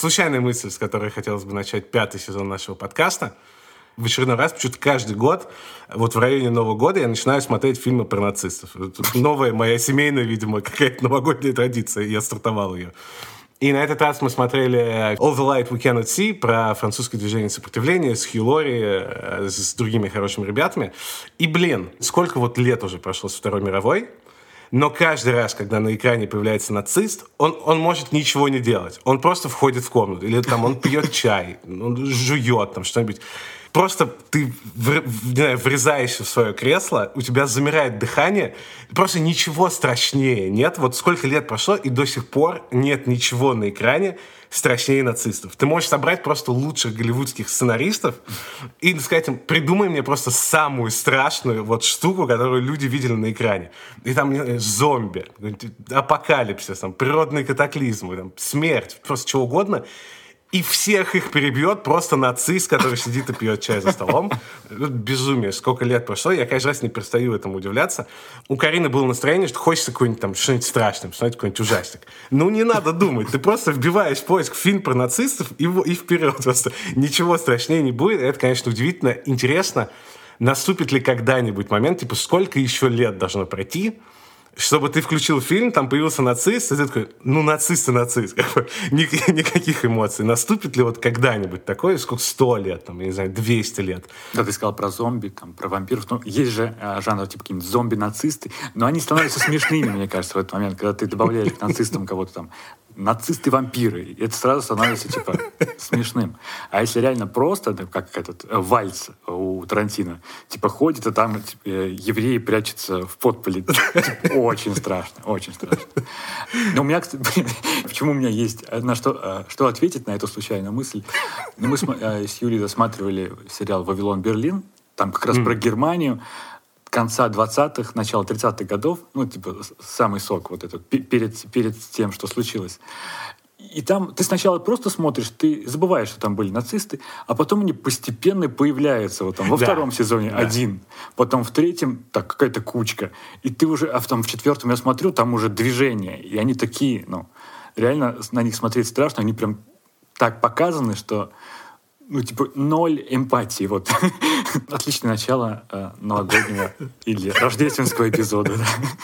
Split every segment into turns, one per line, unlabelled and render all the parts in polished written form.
случайная мысль, с которой хотелось бы начать 5-й сезон нашего подкаста. В очередной раз, почему-то каждый год, вот в районе Нового года я начинаю смотреть фильмы про нацистов. Это новая моя семейная, видимо, какая-то новогодняя традиция, я стартовал ее. И на этот раз мы смотрели All the Light We Cannot See про французское движение сопротивления с Хью Лори, с другими хорошими ребятами. И, сколько вот лет уже прошло с Второй мировой, но каждый раз, когда на экране появляется нацист, он может ничего не делать. Он просто входит в комнату. Или там он пьет чай, он жует там что-нибудь. Просто ты врезаешься в свое кресло, у тебя замирает дыхание. Просто ничего страшнее нет. Вот сколько лет прошло, и до сих пор нет ничего на экране страшнее нацистов. Ты можешь собрать просто лучших голливудских сценаристов и сказать им: придумай мне просто самую страшную вот штуку, которую люди видели на экране. И там зомби, апокалипсис, там, природные катаклизмы, там, смерть, просто чего угодно. И всех их перебьет просто нацист, который сидит и пьет чай за столом. Безумие. Сколько лет прошло, я каждый раз не перестаю этому удивляться. У Карины было настроение, что хочется что-нибудь страшное, посмотреть какой-нибудь ужастик. Ну, не надо думать. Ты просто вбиваешь в поиск фильм про нацистов и вперед. Просто ничего страшнее не будет. Это, конечно, удивительно. Интересно, наступит ли когда-нибудь момент, сколько еще лет должно пройти, чтобы ты включил фильм, там появился нацист, и ты такой: нацист и нацист. Никаких эмоций. Наступит ли вот когда-нибудь такое, сколько, 100 лет, там, я не знаю, 200 лет?
Да, ты сказал про зомби, там, про вампиров. Ну, есть же жанр, типа, какие-нибудь зомби-нацисты, но они становятся смешными, мне кажется, в этот момент, когда ты добавляешь к нацистам кого-то там. Нацисты-вампиры. Это сразу становится, типа, смешным. А если реально просто, как этот вальс у Тарантино, типа, ходит, и там евреи прячутся в подполе. Очень страшно, очень страшно. Но у меня, кстати, почему у меня есть что ответить на эту случайную мысль? Мы с Юлей досматривали сериал «Вавилон Берлин», там как раз про Германию, конца 20-х, начала 30-х годов, самый сок вот этот, перед тем, что случилось. И там ты сначала просто смотришь, ты забываешь, что там были нацисты, а потом они постепенно появляются. Вот там во втором сезоне один, потом в третьем какая-то кучка. И ты уже, в 4-м я смотрю, там уже движение. И они такие, реально на них смотреть страшно, они прям так показаны, что ноль эмпатии. Вот. Отличное начало новогоднего или рождественского эпизода.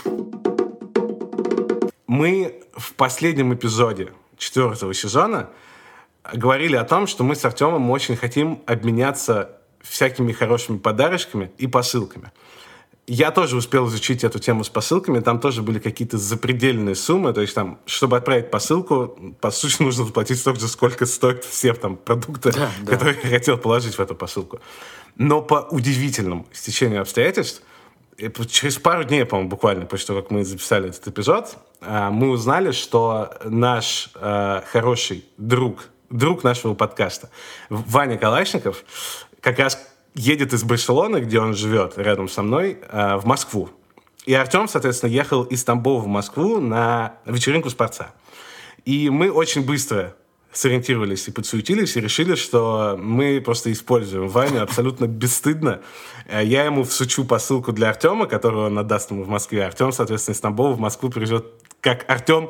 Мы в последнем эпизоде 4-го сезона говорили о том, что мы с Артемом очень хотим обменяться всякими хорошими подарочками и посылками. Я тоже успел изучить эту тему с посылками. Там тоже были какие-то запредельные суммы. То есть там, чтобы отправить посылку, по сути, нужно заплатить столько же, сколько стоят все там продукты, которые я хотел положить в эту посылку. Но по удивительному стечению обстоятельств, через пару дней, по-моему, буквально после того, как мы записали этот эпизод, мы узнали, что наш хороший друг нашего подкаста, Ваня Калашников, как раз едет из Барселоны, где он живет, рядом со мной, в Москву. И Артем, соответственно, ехал из Тамбова в Москву на вечеринку спорца. И мы очень быстро сориентировались и подсуетились, и решили, что мы просто используем Ваню абсолютно бесстыдно. Я ему всучу посылку для Артема, которую он отдаст ему в Москве. Артем, соответственно, из Тамбова в Москву привезет, как Артем...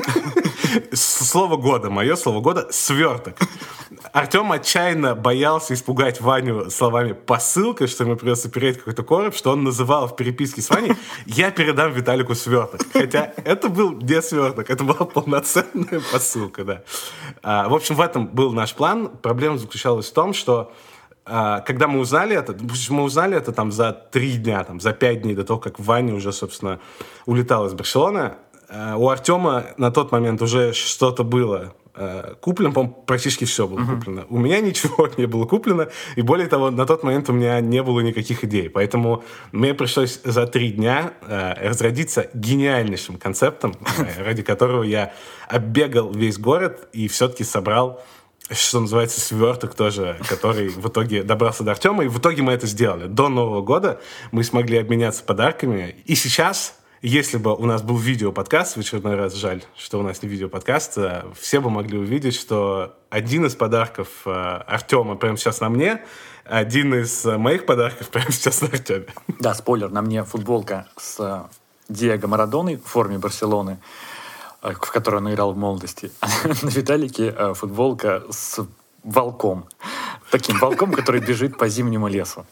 Слово года, мое слово года — сверток. Артем отчаянно боялся испугать Ваню словами «посылка», что ему придется переть какой-то короб, что он называл в переписке с Ваней «я передам Виталику сверток». Хотя это был не сверток, это была полноценная посылка, да. В общем, в этом был наш план. Проблема заключалась в том, что когда мы узнали это там за 3 дня, там, за 5 дней до того, как Ваня уже, собственно, улетал из Барселоны, у Артема на тот момент уже что-то было куплено, по-моему, практически все было куплено. У меня ничего не было куплено, и более того, на тот момент у меня не было никаких идей. Поэтому мне пришлось за 3 дня разродиться гениальнейшим концептом, ради которого я оббегал весь город и все-таки собрал, что называется, сверток тоже, который в итоге добрался до Артема. И в итоге мы это сделали. До Нового года мы смогли обменяться подарками. И сейчас... Если бы у нас был видеоподкаст, в очередной раз жаль, что у нас не видеоподкаст, все бы могли увидеть, что один из подарков Артема прямо сейчас на мне, один из моих подарков прямо сейчас на Артеме.
Да, спойлер, на мне футболка с Диего Марадоной в форме Барселоны. в которой он играл в молодости. На Виталике футболка с волком. Таким волком, который бежит по зимнему лесу.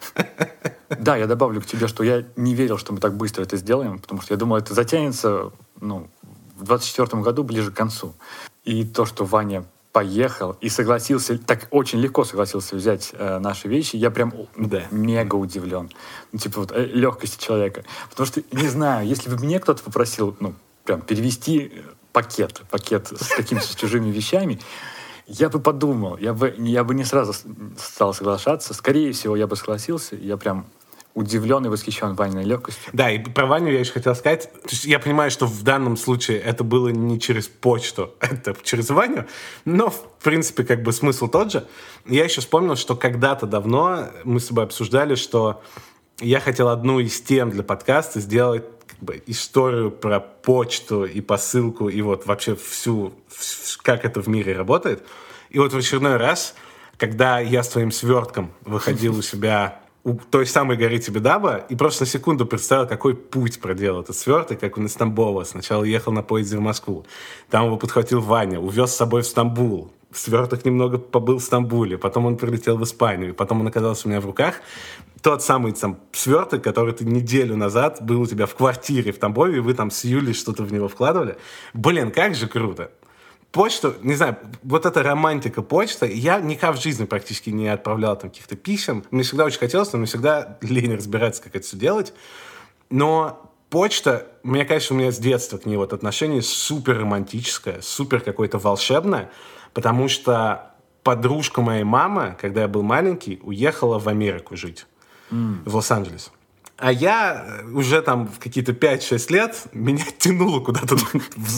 Да, я добавлю к тебе, что я не верил, что мы так быстро это сделаем, потому что я думал, это затянется в 24 году ближе к концу. И то, что Ваня поехал и согласился, так очень легко согласился взять наши вещи, я прям мега удивлен. Легкости человека. Потому что, не знаю, если бы мне кто-то попросил, прям перевести пакет с какими-то чужими вещами, я бы подумал, я бы не сразу стал соглашаться. Скорее всего, я бы согласился. Я прям удивлен и восхищен Ваниной легкостью.
Да, и про Ваню я еще хотел сказать. То есть я понимаю, что в данном случае это было не через почту, это через Ваню, но, в принципе, как бы смысл тот же. Я еще вспомнил, что когда-то давно мы с тобой обсуждали, что я хотел одну из тем для подкаста сделать историю про почту и посылку, и вот вообще как это в мире работает. И вот в очередной раз, когда я с твоим свертком выходил у себя у той самой горы Тебедаба, и просто на секунду представил, какой путь проделал этот сверток, как он из Тамбова. Сначала ехал на поезде в Москву, там его подхватил Ваня, увез с собой в Стамбул. Сверток немного побыл в Стамбуле, потом он прилетел в Испанию, потом он оказался у меня в руках. Тот самый сверток, который ты неделю назад был у тебя в квартире в Тамбове, и вы там с Юлей что-то в него вкладывали. Блин, как же круто! Почту, не знаю, вот эта романтика почты, я никак в жизни практически не отправлял там каких-то писем. Мне всегда очень хотелось, но мне всегда лень разбираться, как это все делать. Но почта, мне, конечно, у меня с детства к ней вот отношение супер романтическое, супер какое-то волшебное, потому что подружка моей мамы, когда я был маленький, уехала в Америку жить, в Лос-Анджелес. А я уже там в какие-то 5-6 лет меня тянуло куда-то в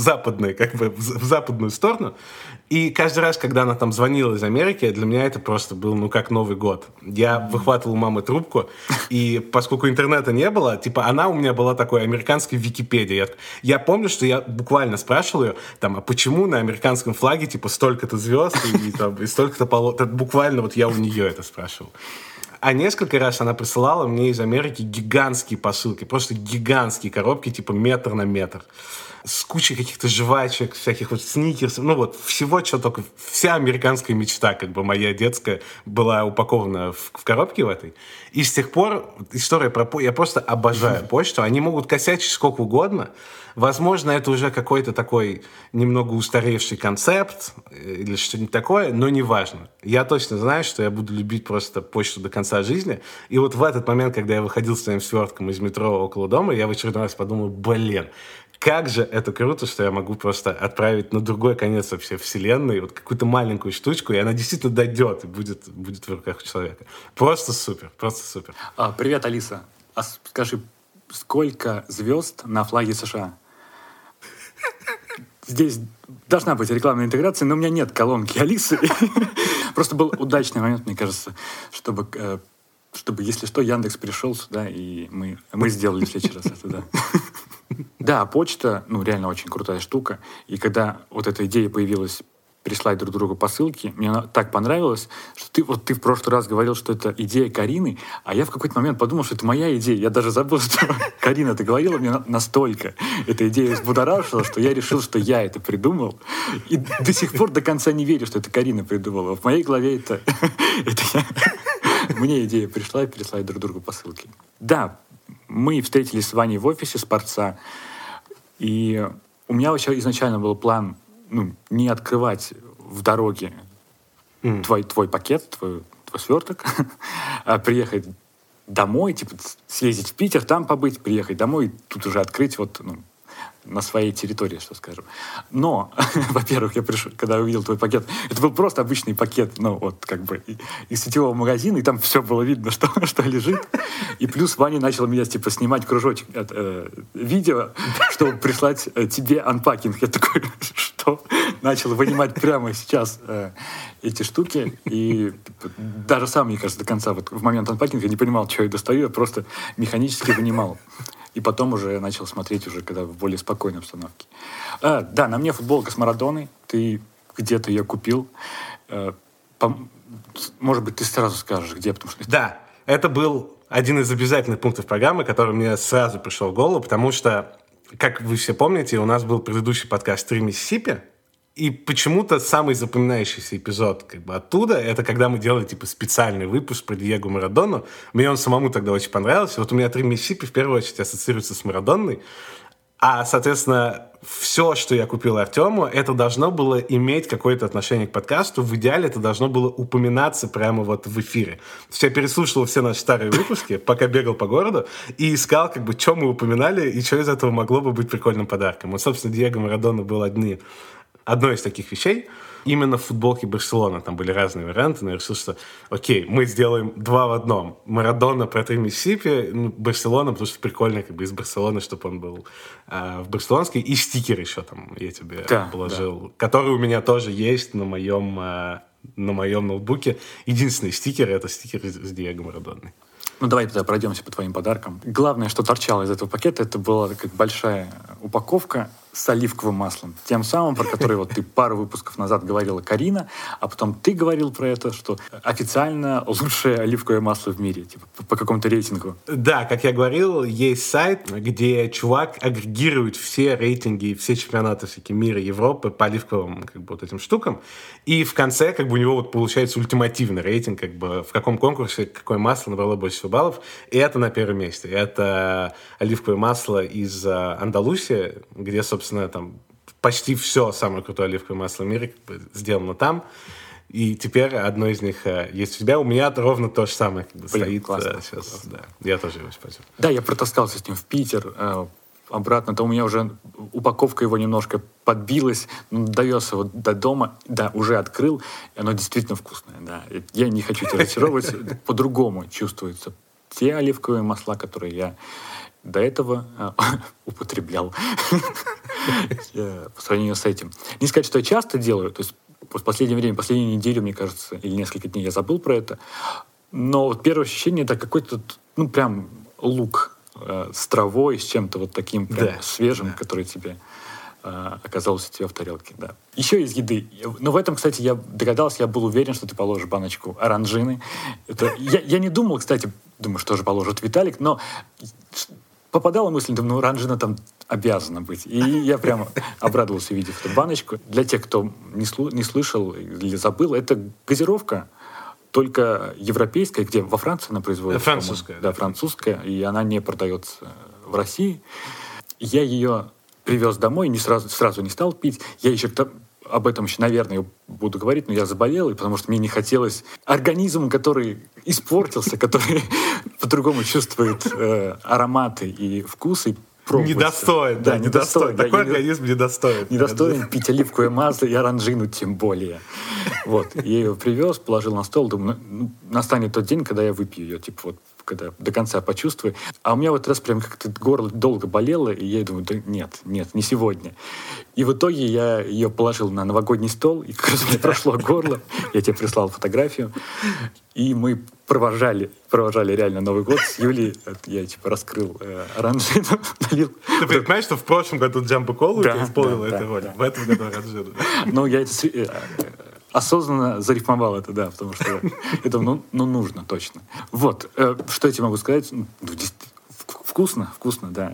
западную сторону. И каждый раз, когда она там звонила из Америки, для меня это просто был, как Новый год. Я выхватывал у мамы трубку, и поскольку интернета не было, она у меня была такой американской Википедией. Я помню, что я буквально спрашивал ее, а почему на американском флаге, столько-то звезд и столько-то полос. Буквально вот я у нее это спрашивал. А несколько раз она присылала мне из Америки гигантские посылки, просто гигантские коробки, метр на метр, с кучей каких-то жвачек, всяких сникерсов, всего, что только, вся американская мечта, моя детская, была упакована в коробке в этой. И с тех пор история про почту, я просто обожаю почту, они могут косячить сколько угодно. Возможно, это уже какой-то такой немного устаревший концепт или что-нибудь такое, но неважно. Я точно знаю, что я буду любить просто почту до конца жизни. И вот в этот момент, когда я выходил с своим свертком из метро около дома, я в очередной раз подумал, как же это круто, что я могу просто отправить на другой конец вообще вселенной какую-то маленькую штучку, и она действительно дойдет и будет в руках у человека. Просто супер, просто супер.
Привет, Алиса. Скажи, сколько звезд на флаге США? Здесь должна быть рекламная интеграция, но у меня нет колонки Алисы. Просто был удачный момент, мне кажется, чтобы, если что, Яндекс пришел сюда, и мы сделали в следующий раз это, да. Да, почта, реально очень крутая штука. И когда вот эта идея появилась прислать друг другу посылки, мне она так понравилась, что ты в прошлый раз говорил, что это идея Карины, а я в какой-то момент подумал, что это моя идея. Я даже забыл, что Карина это говорила, мне настолько эта идея взбудоражила, что я решил, что я это придумал. И до сих пор до конца не верю, что это Карина придумала. В моей голове это я. Мне идея пришла, и переслать друг другу посылки. Да, мы встретились с Ваней в офисе Спортса, и у меня вообще изначально был план не открывать в дороге твой пакет, твой сверток, а приехать домой, съездить в Питер, там побыть, приехать домой, и тут уже открыть на своей территории, что скажем. Но, во-первых, я пришел, когда увидел твой пакет, это был просто обычный пакет, из сетевого магазина, и там все было видно, что лежит. И плюс Ваня начал меня, снимать кружочек видео, чтобы прислать тебе анпакинг. Я такой, что? Начал вынимать прямо сейчас эти штуки, и даже сам, мне кажется, до конца, в момент анпакинга я не понимал, что я достаю, я просто механически вынимал. И потом уже начал смотреть, когда в более спокойной обстановке. Да, на мне футболка с Марадоной. Ты где-то ее купил. Может быть, ты сразу скажешь, где, потому что...
Да, это был один из обязательных пунктов программы, который мне сразу пришел в голову, потому что как вы все помните, у нас был предыдущий подкаст «Три Миссисипи», и почему-то самый запоминающийся эпизод как бы оттуда, это когда мы делали типа специальный выпуск про Диего Марадону. Мне он самому тогда очень понравился. Вот у меня «Три Миссисипи» в первую очередь ассоциируется с Марадонной. А, соответственно, все, что я купил Артему, это должно было иметь какое-то отношение к подкасту. В идеале это должно было упоминаться прямо вот в эфире. То есть я переслушивал все наши старые выпуски, пока бегал по городу, и искал, как бы, что мы упоминали, и что из этого могло бы быть прикольным подарком. Вот, собственно, Диего Марадона был одной из таких вещей. Именно в футболке Барселона. Там были разные варианты, но я решил, что окей, мы сделаем 2 в 1. Марадона про 3 Миссисипи, Барселона, потому что прикольно как бы из Барселоны, чтобы он был в барселонской. И стикер еще там я тебе положил, который у меня тоже есть на моем ноутбуке. Единственный стикер — это стикер с Диего Марадоной.
Ну, давай тогда пройдемся по твоим подаркам. Главное, что торчало из этого пакета, это была как большая упаковка с оливковым маслом. Тем самым, про который вот ты пару выпусков назад говорила Карина, а потом ты говорил про это, что официально лучшее оливковое масло в мире, типа по какому-то рейтингу.
Да, как я говорил, есть сайт, где чувак агрегирует все рейтинги, все чемпионаты всякие мира, Европы по оливковым как бы вот этим штукам, и в конце как бы у него вот получается ультимативный рейтинг, как бы в каком конкурсе какое масло набрало больше всего баллов, и это на первом месте. Это оливковое масло из Андалусии, где, собственно, там почти все самое крутое оливковое масло в мире как бы сделано там. И теперь одно из них есть у тебя. У меня ровно то же самое как бы стоит
классно,
сейчас.
классно.
Да. Я тоже его использую.
Да, я протаскался с ним в Питер, обратно, то у меня уже упаковка его немножко подбилась, довез его до дома, да, уже открыл, и оно действительно вкусное, да. Я не хочу тебя разочаровывать, по-другому чувствуются те оливковые масла, которые я до этого употреблял по сравнению с этим. Не сказать, что я часто делаю, то есть в последнее время, последнюю неделю, мне кажется, или несколько дней я забыл про это, но вот первое ощущение — это какой-то, ну, прям лук с травой, с чем-то вот таким прям свежим, который тебе оказался у тебя в тарелке. Да. Еще из еды. Но в этом, кстати, я догадался, я был уверен, что ты положишь баночку оранжины. Я не думал, кстати, думаю, что же положит Виталик, но попадала мысль, думаю, ну, оранжина там обязана быть. И я прямо обрадовался, увидев эту баночку. Для тех, кто не слышал или забыл, это газировка, только европейская, где во Франции она производится.
Французская.
Да, французская, и она не продается в России. Я ее привез домой, сразу не стал пить. Я еще об этом еще, наверное, буду говорить, но я заболел, потому что мне не хотелось организм, который испортился, который по-другому чувствует ароматы и вкусы,
недостоин. Да, недостоин. Такой организм недостоин.
Недостоин пить оливковое масло и оранжину тем более. Вот. Я ее привез, положил на стол, думаю, настанет тот день, когда я выпью ее, типа вот, когда до конца почувствую. А у меня вот раз прям как-то горло долго болело, и я думаю, да нет, не сегодня. И в итоге я ее положил на новогодний стол, и как раз у меня прошло горло. Я тебе прислал фотографию. И мы провожали реально Новый год с Юлей. Я типа раскрыл оранжину, налил.
Ты понимаешь, что в прошлом году Джамбо Колу исполнила эту роль, в этом году оранжину.
Ну, я это осознанно зарифмовал это, да, потому что это, нужно точно. Вот, что я тебе могу сказать? Вкусно, да.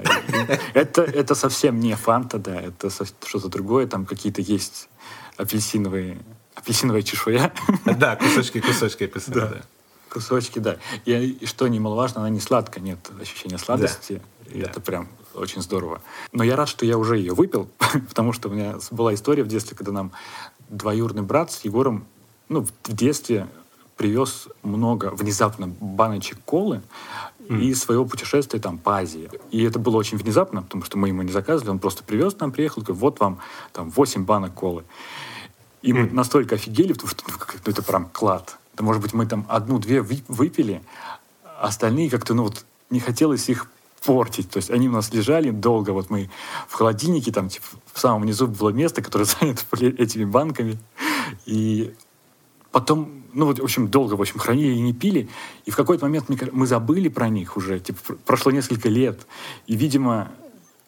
Это совсем не фанта, да, это что-то другое, там какие-то есть апельсиновая чешуя.
Да, кусочки апельсина, да.
Кусочки, да. И что немаловажно, она не сладкая, нет ощущения сладости. Да. И это прям очень здорово. Но я рад, что я уже ее выпил, потому что у меня была история в детстве, когда нам двоюродный брат с Егором, в детстве привез много внезапно баночек колы из своего путешествия там по Азии. И это было очень внезапно, потому что мы ему не заказывали, он просто привез нам, приехал, говорит, вот вам там 8 банок колы. И мы настолько офигели, потому что это прям клад. Да, может быть, мы там 1-2 выпили, остальные как-то, не хотелось их портить. То есть они у нас лежали долго. Вот мы в холодильнике, там, типа, в самом низу было место, которое занято этими банками. И потом, в общем, долго, хранили и не пили. И в какой-то момент мы забыли про них уже. Типа, прошло несколько лет. И, видимо,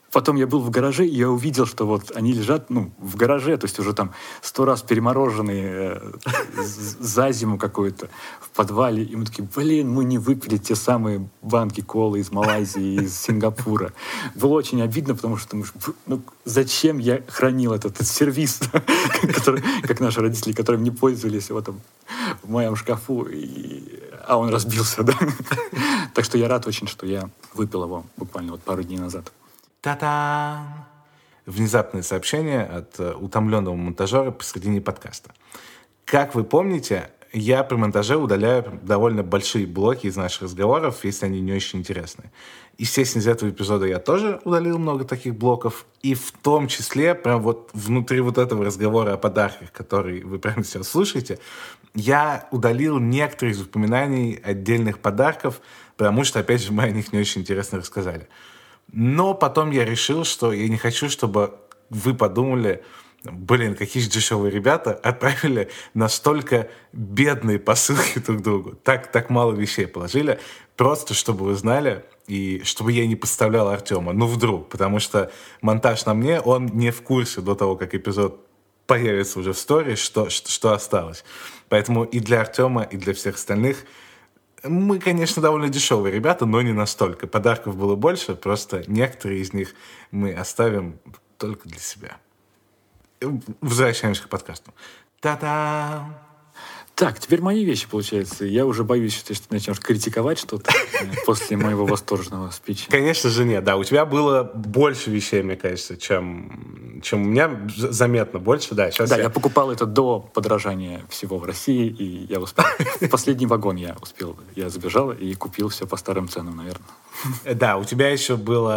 Потом я был в гараже, и я увидел, что вот они лежат, в гараже, то есть уже там 100 раз перемороженные за зиму какую-то в подвале. И мы такие, мы не выпили те самые банки колы из Малайзии, из Сингапура. Было очень обидно, потому что зачем я хранил этот сервиз, как наши родители, которым не пользовались его там в моем шкафу, а он разбился, да. Так что я рад очень, что я выпил его буквально вот пару дней назад.
Та-дам! Внезапное сообщение от утомленного монтажера посредине подкаста. Как вы помните, я при монтаже удаляю довольно большие блоки из наших разговоров, если они не очень интересны. Естественно, из этого эпизода я тоже удалил много таких блоков, и в том числе, прям вот внутри вот этого разговора о подарках, который вы прямо сейчас слушаете, я удалил некоторые из упоминаний отдельных подарков, потому что, опять же, мы о них не очень интересно рассказали. Но потом я решил, что я не хочу, чтобы вы подумали, какие же дешевые ребята отправили настолько бедные посылки друг другу. Так мало вещей положили, просто чтобы вы знали, и чтобы я не подставлял Артема. Вдруг, потому что монтаж на мне, он не в курсе до того, как эпизод появится уже в сторис, что осталось. Поэтому и для Артема, и для всех остальных мы, конечно, довольно дешевые ребята, но не настолько. Подарков было больше, просто некоторые из них мы оставим только для себя. Возвращаемся к подкасту. Та-дам!
Так, теперь мои вещи, получается. Я уже боюсь, что ты начнешь критиковать что-то после моего восторженного спича.
Конечно же нет, да. У тебя было больше вещей, мне кажется, чем у меня. Заметно больше, да. Сейчас
я покупал это до подорожания всего в России, и я успел. В последний вагон я успел. Я забежал и купил все по старым ценам, наверное.
Да, у тебя еще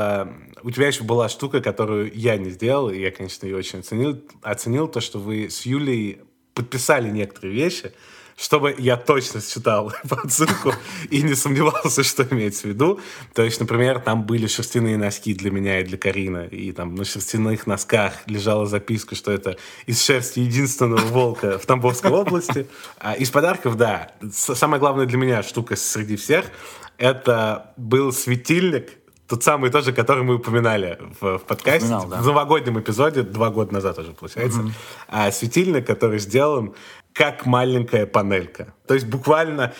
была штука, которую я не сделал, и я, конечно, ее очень оценил то, что вы с Юлей подписали некоторые вещи, чтобы я точно считал по отсылку и не сомневался, что имеется в виду. То есть, например, там были шерстяные носки для меня и для Карины, и там на шерстяных носках лежала записка, что это из шерсти единственного волка в Тамбовской области. Из подарков, да, самая главная для меня штука среди всех, это был светильник, тот самый тоже, который мы упоминали в подкасте, да. В новогоднем эпизоде, 2 года назад уже, получается. Светильник, который сделан как маленькая панелька. То есть буквально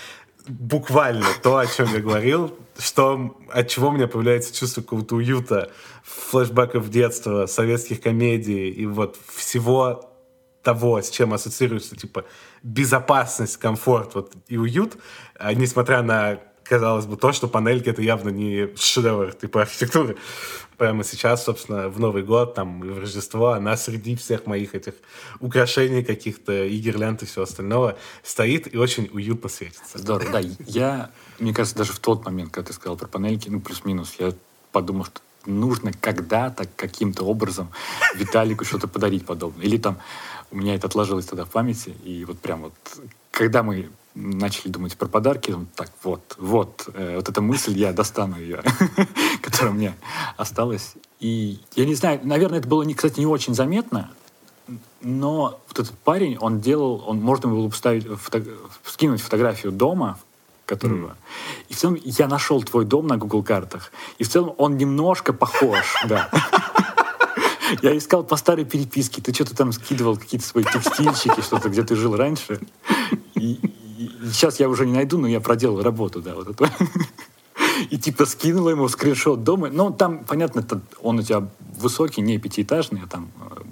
то, о чем я говорил, от чего у меня появляется чувство какого-то уюта, флешбеков детства, советских комедий и вот всего того, с чем ассоциируется типа безопасность, комфорт и уют, несмотря на, казалось бы, то, что панельки — это явно не шедевр типа архитектуры. Прямо сейчас, собственно, в Новый год, там, и в Рождество, она среди всех моих этих украшений каких-то и гирлянд и всего остального стоит и очень уютно светится.
Здорово, да. Мне кажется, даже в тот момент, когда ты сказал про панельки, плюс-минус, я подумал, что нужно когда-то каким-то образом Виталику что-то подарить подобное. Или там у меня это отложилось тогда в памяти, и вот прям вот, когда мы начали думать про подарки, вот эта мысль, я достану ее, которая мне осталась. И я не знаю, наверное, это было, кстати, не очень заметно, но вот этот парень, можно было скинуть фотографию дома, которого... И в целом я нашел твой дом на Google картах, и в целом он немножко похож, да. Я искал по старой переписке, ты что-то там скидывал, какие-то свои текстильщики, что-то, где ты жил раньше. И сейчас я уже не найду, но я проделал работу, да, вот эту. И типа скинул ему скриншот дома. Ну, там, понятно, он у тебя высокий, не 5-этажный, а там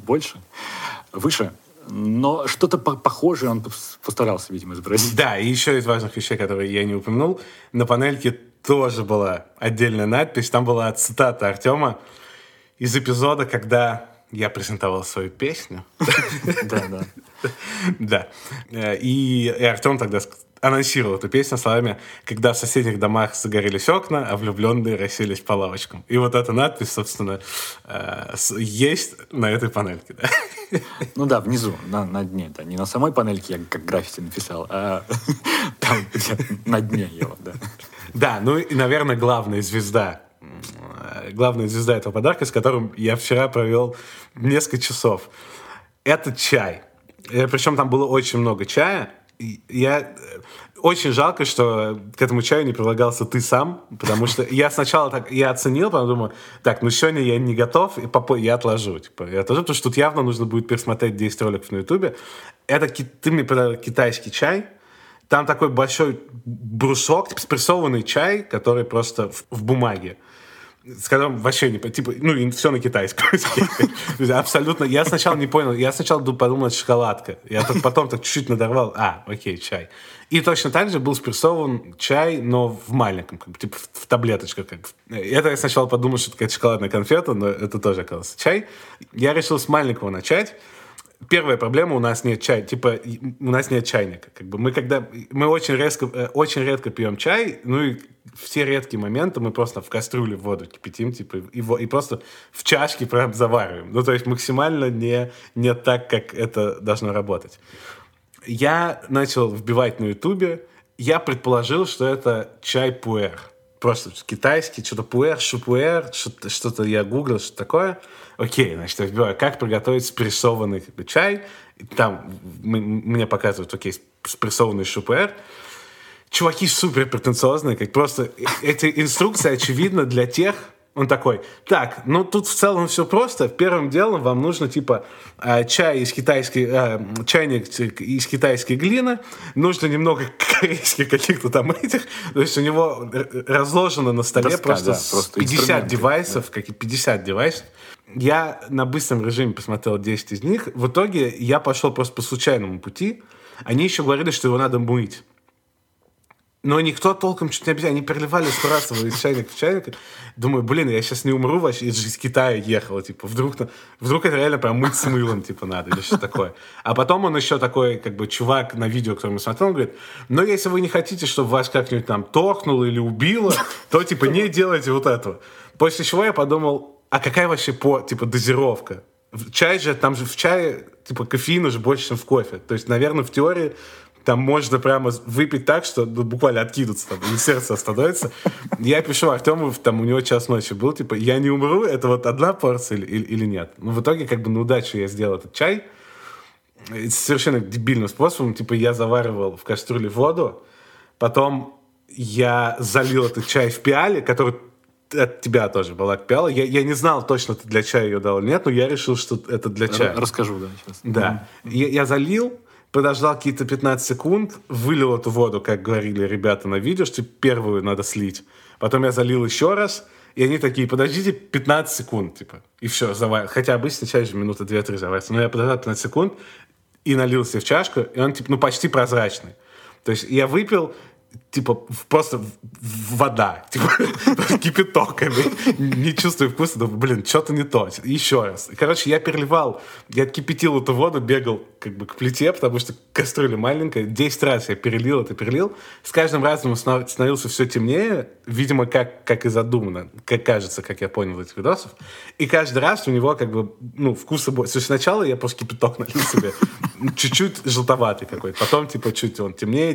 выше. Но что-то похожее он постарался, видимо, изобразить.
Да, и еще из важных вещей, которые я не упомянул, на панельке тоже была отдельная надпись. Там была цитата Артема из эпизода, когда я презентовал свою песню.
Да.
Да. И Артем тогда анонсировал эту песню словами: «Когда в соседних домах загорелись окна, а влюбленные расселись по лавочкам». И вот эта надпись, собственно, есть на этой панельке. Да?
Ну да, внизу, на дне. Да. Не на самой панельке я как граффити написал, а там на дне его, да.
Да, ну и, наверное, главная звезда этого подарка, с которым я вчера провел несколько часов, это чай. Причем там было очень много чая. Очень жалко, что к этому чаю не прилагался ты сам, потому что я сначала так, я оценил, потом думаю, так, ну сегодня я не готов, и я отложу. Типа, я отложу, потому что тут явно нужно будет пересмотреть 10 роликов на Ютубе. Ты мне продал китайский чай, там такой большой брусок, типа спрессованный чай, который просто в бумаге. С которым вообще не... Типа, ну, и все на китайском. Абсолютно. Я сначала не понял. Я сначала подумал, это шоколадка. Я потом так чуть-чуть надорвал. Окей, чай. И точно так же был спрессован чай, но в маленьком, как бы, типа в таблеточках. Как бы. Это я сначала подумал, что это какая-то шоколадная конфета, но это тоже оказался чай. Я решил с маленького начать. Первая проблема, у нас нет чая, типа, у нас нет чайника. Как бы мы очень редко пьем чай, ну и все редкие моменты мы просто в кастрюле воду кипятим, типа, и просто в чашке прям завариваем. Ну, то есть максимально не так, как это должно работать. Я начал вбивать на Ютубе, я предположил, что это чай пуэр. Просто китайский, что-то пуэр, шупуэр, что-то я гуглил, что такое. Окей, значит, я вбиваю, как приготовить спрессованный чай. И там мне показывают, окей, спрессованный шупуэр. Чуваки супер претенциозные, как просто эти инструкции очевидно для тех. Он такой, так, ну тут в целом все просто. Первым делом вам нужно, типа, чайник из китайской глины, нужно немного корейских каких-то там этих. То есть у него разложено на столе просто 50 девайсов, 50 девайсов. Я на быстром режиме посмотрел 10 из них. В итоге я пошел просто по случайному пути. Они еще говорили, что его надо мыть. Но никто толком что-то не объяснял. Они переливали сто раз его из чайника в чайник. Думаю, я сейчас не умру вообще. Из Китая ехал. Типа, вдруг это реально прям мыть с мылом типа, надо или что такое. А потом он еще такой, как бы, чувак на видео, который мы смотрели, он говорит, ну, если вы не хотите, чтобы вас как-нибудь там торкнуло или убило, то, типа, не делайте вот этого. После чего я подумал, а какая вообще дозировка? Чай же, там же в чае, типа, кофеина же больше, чем в кофе. То есть, наверное, в теории там можно прямо выпить так, что буквально откидываться, там, и сердце остановится. Я пишу Артему, там у него час ночи был, типа, я не умру, это вот одна порция или нет. Но в итоге, как бы, на удачу я сделал этот чай. Совершенно дебильным способом. Типа, я заваривал в кастрюле воду, потом я залил этот чай в пиале, который от тебя тоже была пиала. Я не знал точно, ты для чая ее дал или нет, но я решил, что это для чая.
Расскажу, да, сейчас.
Да. Я залил, подождал какие-то 15 секунд, вылил эту воду, как говорили ребята на видео, что первую надо слить. Потом я залил еще раз, и они такие, подождите 15 секунд, типа, и все, заварил. Хотя обычно чай же минуты 2-3 заварится. Но я подождал 15 секунд и налил себе в чашку, и он, типа, почти прозрачный. То есть я выпил, типа, просто вода, типа, кипяток, не чувствую вкуса, думаю, что-то не то, еще раз. Короче, я кипятил эту воду, бегал, как бы, к плите, потому что кастрюля маленькая, 10 раз я перелил, с каждым разом становился все темнее, видимо, как и задумано, как кажется, как я понял этих видосов, и каждый раз у него, как бы, ну, вкуса больше. То есть сначала я просто кипяток налил себе, чуть-чуть желтоватый какой-то, потом, типа, чуть он темнее,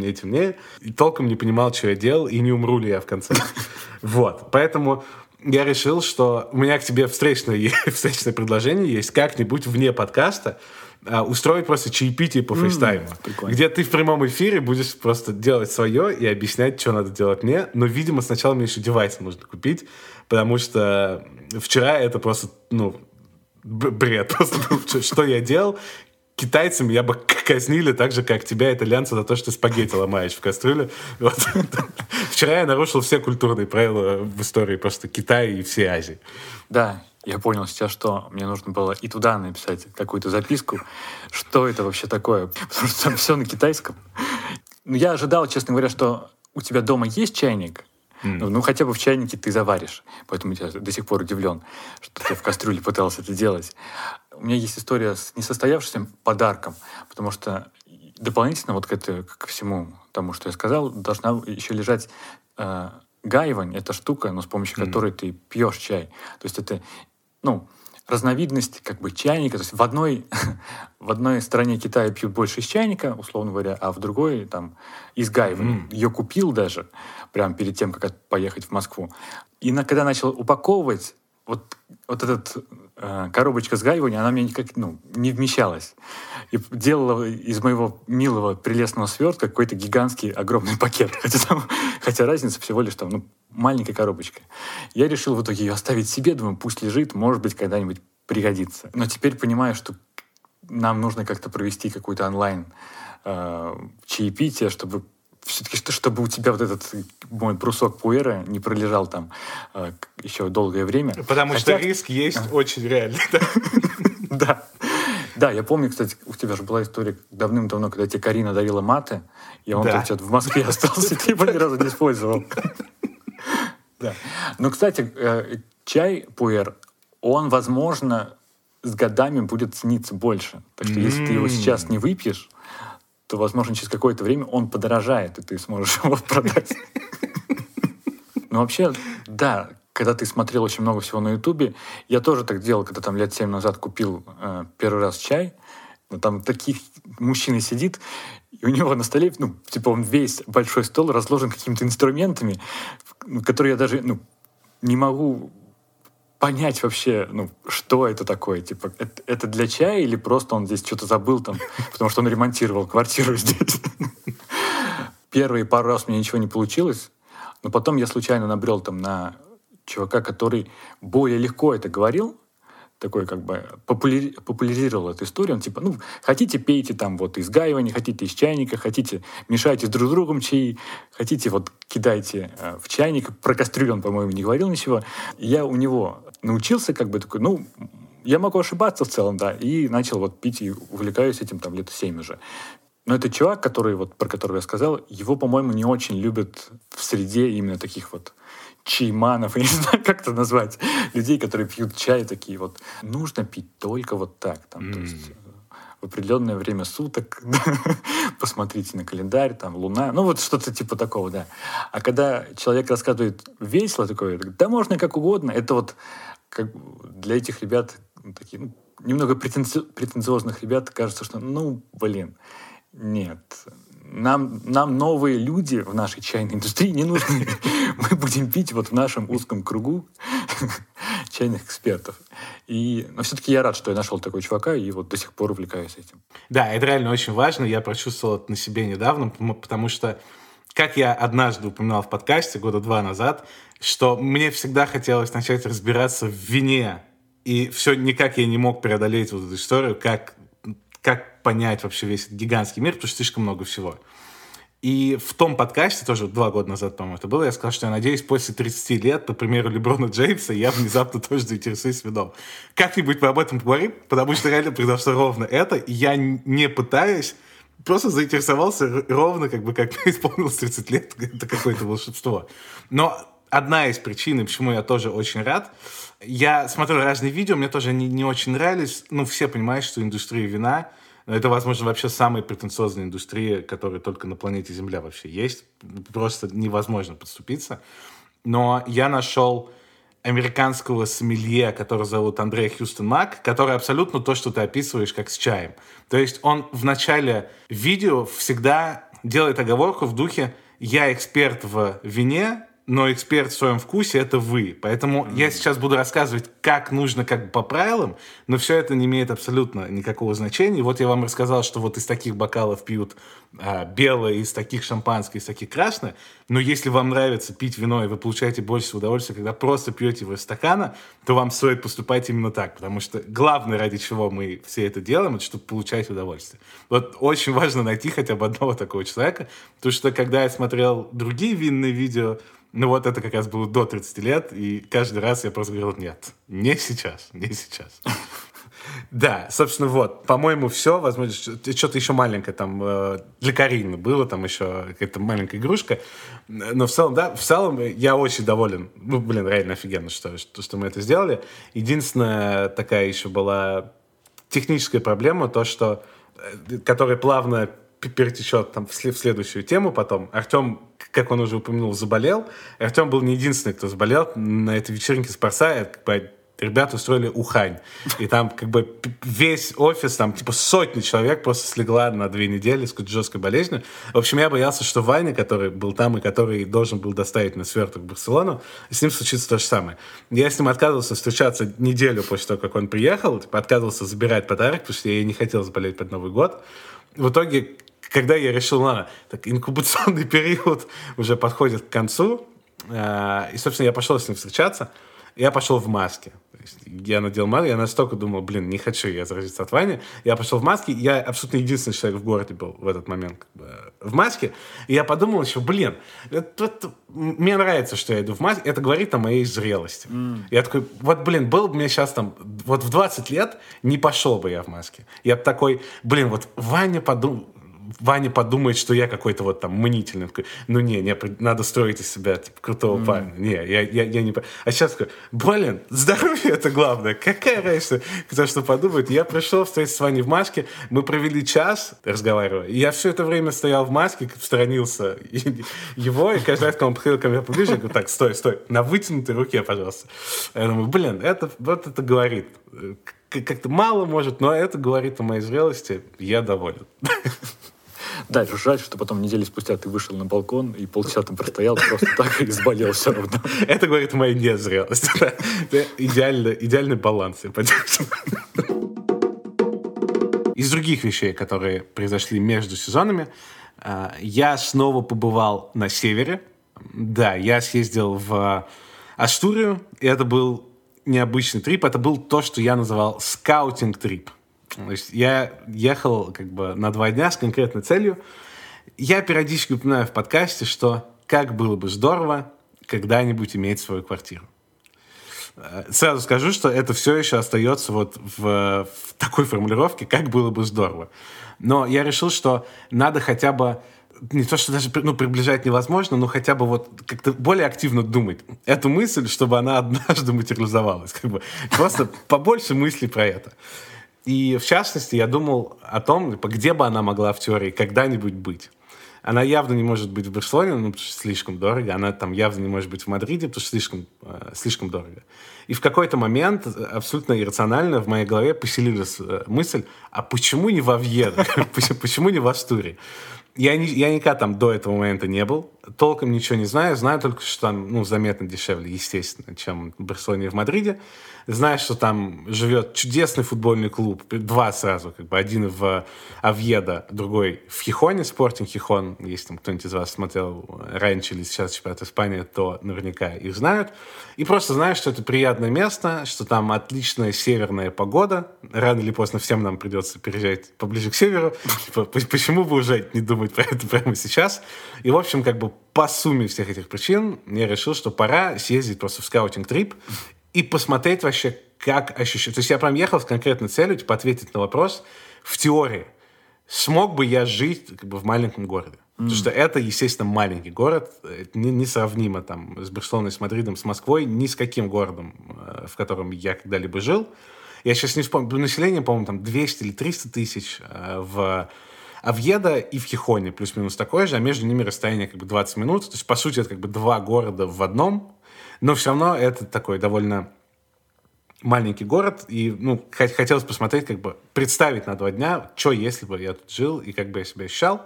и толком не понимал, что я делал, и не умру ли я в конце. Вот. Поэтому я решил, что у меня к тебе встречное предложение есть как-нибудь вне подкаста устроить просто чаепитие по фристайму, где ты в прямом эфире будешь просто делать свое и объяснять, что надо делать мне. Но, видимо, сначала мне еще девайсы нужно купить, потому что вчера это просто, ну, бред. Просто что я делал. Китайцам я бы казнили так же, как тебя, итальянца, за то, что ты спагетти ломаешь в кастрюле. Вот. Вчера я нарушил все культурные правила в истории просто Китая и всей Азии.
Да, я понял сейчас, что мне нужно было и туда написать какую-то записку, что это вообще такое, потому что там все на китайском. Ну, я ожидал, честно говоря, что у тебя дома есть чайник, ну, хотя бы в чайнике ты заваришь. Поэтому я до сих пор удивлен, что ты в кастрюле пытался это делать. У меня есть история с несостоявшимся подарком, потому что дополнительно вот ко всему тому, что я сказал, должна еще лежать гайвань, это штука, но с помощью которой ты пьешь чай. То есть это, ну, разновидность как бы чайника. То есть в одной стороне Китая пьют больше из чайника, условно говоря, а в другой там из гайвани. Ее купил даже прямо перед тем, как поехать в Москву. И когда начал упаковывать вот этот коробочка с гайвани, она мне никак не вмещалась. И делала из моего милого, прелестного свертка какой-то гигантский, огромный пакет. Хотя разница всего лишь там, маленькая коробочка. Я решил в итоге ее оставить себе, думаю, пусть лежит, может быть, когда-нибудь пригодится. Но теперь понимаю, что нам нужно как-то провести какой-то онлайн чаепитие, чтобы все-таки, чтобы у тебя вот этот мой брусок пуэра не пролежал там еще долгое время.
Потому что риск есть очень реальный.
Да. Да, я помню, кстати, у тебя же была история давным-давно, когда тебе Карина дарила маты, и он у тебя в Москве остался, ты его ни разу не использовал. Да. Но, кстати, чай пуэр, он, возможно, с годами будет цениться больше. Так что если ты его сейчас не выпьешь, то, возможно, через какое-то время он подорожает, и ты сможешь его продать. Но вообще, да, когда ты смотрел очень много всего на Ютубе, я тоже так делал, когда там лет 7 назад купил первый раз чай. Там таких мужчина сидит, и у него на столе, он весь большой стол разложен какими-то инструментами, которые я даже не могу понять вообще, что это такое. Типа, это для чая или просто он здесь что-то забыл там, потому что он ремонтировал квартиру здесь. Первые пару раз у меня ничего не получилось, но потом я случайно набрел там на чувака, который более легко это говорил, такой как бы популяризировал эту историю. Он типа, хотите, пейте там вот из гайвани, хотите из чайника, хотите, мешайте друг с другом чаи, хотите, вот кидайте в чайник. Про кастрюлю он, по-моему, не говорил ничего. Я у него научился как бы такой, я могу ошибаться в целом, да, и начал вот пить и увлекаюсь этим там лет 7 уже. Но этот чувак, про которого я сказал, его, по-моему, не очень любят в среде именно таких вот чайманов, я не знаю, как это назвать, людей, которые пьют чай, такие вот, нужно пить только вот так, там, то есть в определенное время суток, посмотрите на календарь, там, луна, вот что-то типа такого, да. А когда человек рассказывает весело такое, да можно как угодно, это вот как для этих ребят, такие, немного претенциозных ребят, кажется, что, нет, нам новые люди в нашей чайной индустрии не нужны. Мы будем пить вот в нашем узком кругу чайных экспертов. Но все-таки я рад, что я нашел такого чувака, и вот до сих пор увлекаюсь этим.
Да, это реально очень важно. Я прочувствовал это на себе недавно, потому что, как я однажды упоминал в подкасте 2 года назад, что мне всегда хотелось начать разбираться в вине. И все никак я не мог преодолеть вот эту историю, как понять вообще весь этот гигантский мир, потому что слишком много всего. И в том подкасте, тоже 2 года назад, по-моему, это было, я сказал, что я надеюсь, после 30 лет, по примеру Леброна Джеймса, я внезапно тоже заинтересуюсь вином. Как-нибудь мы об этом поговорим, потому что реально произошло ровно это, и я не пытаюсь, просто заинтересовался ровно, как мне исполнилось 30 лет, это какое-то волшебство. Но одна из причин, почему я тоже очень рад, я смотрел разные видео, мне тоже они не очень нравились. Все понимают, что индустрия вина — это, возможно, вообще самая претенциозная индустрия, которая только на планете Земля вообще есть. Просто невозможно подступиться. Но я нашел американского сомелье, который зовут Андрей Хьюстон Мак, который абсолютно то, что ты описываешь, как с чаем. То есть он в начале видео всегда делает оговорку в духе «я эксперт в вине», но эксперт в своем вкусе — это вы. Поэтому я сейчас буду рассказывать, как нужно, по правилам, но все это не имеет абсолютно никакого значения. Вот я вам рассказал, что вот из таких бокалов пьют белое, из таких шампанское, из таких красное. Но если вам нравится пить вино, и вы получаете больше удовольствия, когда просто пьете его из стакана, то вам стоит поступать именно так. Потому что главное, ради чего мы все это делаем, это чтобы получать удовольствие. Вот очень важно найти хотя бы одного такого человека, потому что когда я смотрел другие винные видео, это как раз было до 30 лет, и каждый раз я просто говорил, нет, не сейчас. Да, собственно, по-моему, все, возможно, что-то еще маленькое там для Карины было, там еще какая-то маленькая игрушка, но в целом я очень доволен, реально офигенно, что мы это сделали. Единственная такая еще была техническая проблема, которая плавно перетечет там в следующую тему потом. Артем, как он уже упомянул, заболел. Артем был не единственный, кто заболел на этой вечеринке Спарса. ребята устроили Ухань. И там как бы весь офис, там типа сотни человек просто слегла на 2 недели с какой-то жесткой болезнью. В общем, я боялся, что Ваня, который был там и который должен был доставить на сверток в Барселону, с ним случится то же самое. Я с ним отказывался встречаться неделю после того, как он приехал, типа, отказывался забирать подарок, потому что я не хотел заболеть под Новый год. В итоге, когда я решил, ладно, так инкубационный период уже подходит к концу, и, собственно, я пошел с ним встречаться, я пошел в маске. Я надел маску, я настолько думал, не хочу я заразиться от Вани. Я пошел в маске, я абсолютно единственный человек в городе был в этот момент как бы, в маске. И я подумал еще, мне нравится, что я иду в маске. Это говорит о моей зрелости. Я такой, был бы мне сейчас там, в 20 лет не пошел бы я в маске. Я бы такой, Ваня подумает, что я какой-то вот там мнительный. Такой, надо строить из себя типа, крутого парня. Я не... А сейчас такой, здоровье это главное. Какая разница, кто что подумает. Я пришел встретиться с Ваней в маске, мы провели час, разговаривая. И я все это время стоял в маске, сторонился его, и каждый раз, когда он подходил ко мне поближе, я говорю, так, стой, на вытянутой руке, пожалуйста. Я думаю, это говорит. Как-то мало, может, но это говорит о моей зрелости. Я доволен.
Да, жаль, что потом недели спустя ты вышел на балкон и полчаса там простоял, просто так и заболел все равно.
Это говорит о моей незрелости. Идеальный баланс. Из других вещей, которые произошли между сезонами, я снова побывал на севере. Да, я съездил в Астурию, и это был необычный трип, это был то, что я называл скаутинг-трип. То есть я ехал как бы на 2 дня с конкретной целью. Я периодически упоминаю в подкасте, что как было бы здорово когда-нибудь иметь свою квартиру. Сразу скажу, что это все еще остается вот в такой формулировке, как было бы здорово. Но я решил, что надо хотя бы не то, что даже приближать невозможно, но хотя бы вот как-то более активно думать эту мысль, чтобы она однажды материализовалась. Как бы просто побольше мыслей про это. И, в частности, я думал о том, где бы она могла в теории когда-нибудь быть. Она явно не может быть в Барселоне, потому что слишком дорого. Она там явно не может быть в Мадриде, потому что слишком дорого. И в какой-то момент абсолютно иррационально в моей голове поселилась мысль, а почему не в Овьедо? Почему не в Астурии? Я никогда там до этого момента не был, толком ничего не знаю. Знаю только, что там заметно дешевле, естественно, чем в Барселоне и в Мадриде. Знаю, что там живет чудесный футбольный клуб, 2 сразу, как бы один в Овьедо, другой в Хихоне, Спортинг Хихон. Если там кто-нибудь из вас смотрел раньше или сейчас чемпионат Испании, то наверняка их знают. И просто знаю, что это приятное место, что там отличная северная погода. Рано или поздно всем нам придется переезжать поближе к северу. Почему бы уже не думать про это прямо сейчас? И, в общем, как бы по сумме всех этих причин я решил, что пора съездить просто в скаутинг-трип и посмотреть вообще, как ощущать. То есть я прям ехал с конкретной целью, типа, ответить на вопрос в теории. Смог бы я жить как бы в маленьком городе? Потому что это, естественно, маленький город, несравнимо там с Барселоной, с Мадридом, с Москвой, ни с каким городом, в котором я когда-либо жил. Я сейчас не вспомню, население, по-моему, там 200 или 300 тысяч в Овьедо и в Хихоне плюс-минус такое же, а между ними расстояние как бы 20 минут. То есть, по сути, это как бы 2 города в одном, но все равно это такой довольно маленький город, и хотелось посмотреть, как бы представить на 2 дня, что если бы я тут жил и как бы я себя ощущал.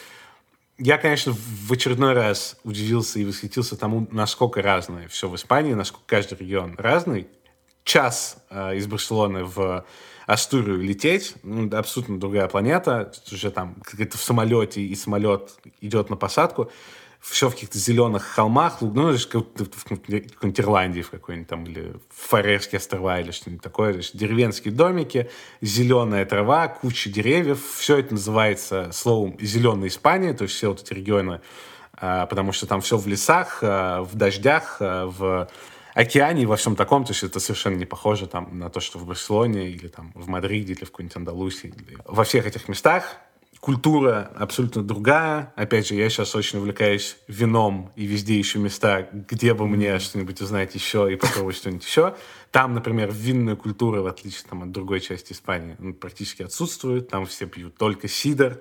Я, конечно, в очередной раз удивился и восхитился тому, насколько разное все в Испании, насколько каждый регион разный. Час из Барселоны в Астурию лететь, абсолютно другая планета, уже там как-то в самолете, и самолет идет на посадку, все в каких-то зеленых холмах, как в какой-нибудь Ирландии в какой-нибудь там, или в Фарерские острова, или что-нибудь такое, то есть деревенские домики, зеленая трава, куча деревьев, все это называется словом «зеленая Испания», то есть все вот эти регионы, потому что там все в лесах, в дождях, в океане и во всем таком, то есть это совершенно не похоже там, на то, что в Барселоне или там, в Мадриде или в какой-нибудь Андалусии. Во всех этих местах культура абсолютно другая. Опять же, я сейчас очень увлекаюсь вином и везде ищу места, где бы мне что-нибудь узнать еще и попробовать что-нибудь еще. Там, например, винная культура, в отличие там, от другой части Испании, практически отсутствует. Там все пьют только сидр.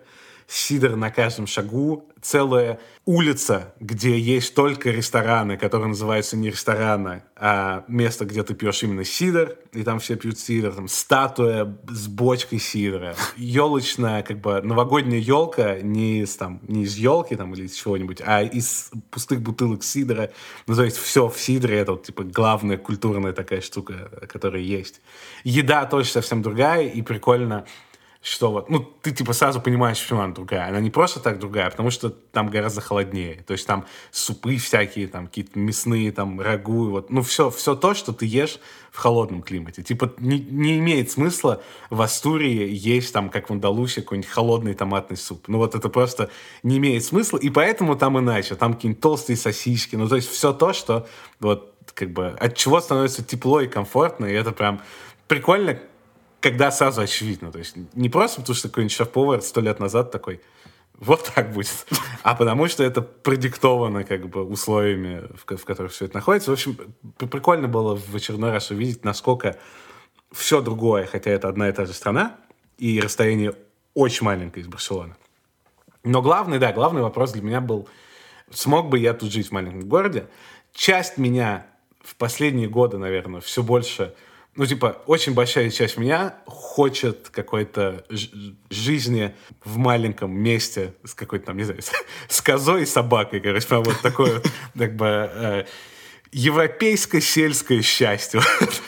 сидр на каждом шагу, целая улица, где есть только рестораны, которые называются не рестораны, а место, где ты пьешь именно сидр, и там все пьют сидр, там статуя с бочкой сидра, елочная, как бы новогодняя елка не из елки там, или из чего-нибудь, а из пустых бутылок сидра. Ну, то есть все в сидре, это вот, типа главная культурная такая штука, которая есть. Еда тоже совсем другая, и прикольно, что вот, ну, ты типа сразу понимаешь, почему она другая. Она не просто так другая, а потому что там гораздо холоднее. То есть там супы всякие, там какие-то мясные, там рагу, вот, ну, все то, что ты ешь в холодном климате. Типа не имеет смысла в Астурии есть там, как в Андалусии, какой-нибудь холодный томатный суп. Ну, вот это просто не имеет смысла, и поэтому там иначе. Там какие-нибудь толстые сосиски, ну, то есть все то, что вот, как бы, от чего становится тепло и комфортно, и это прям прикольно, когда сразу очевидно. То есть не просто потому, что какой-нибудь шеф-повар 100 лет назад такой, вот так будет, а потому что это продиктовано как бы условиями, в которых все это находится. В общем, прикольно было в очередной раз увидеть, насколько все другое, хотя это одна и та же страна, и расстояние очень маленькое из Барселоны. Но главный вопрос для меня был, смог бы я тут жить в маленьком городе? Часть меня в последние годы, наверное, все больше... Ну, типа, очень большая часть меня хочет какой-то жизни в маленьком месте с какой-то там, не знаю, с козой и собакой, короче, прям вот такое, как бы, европейское сельское счастье.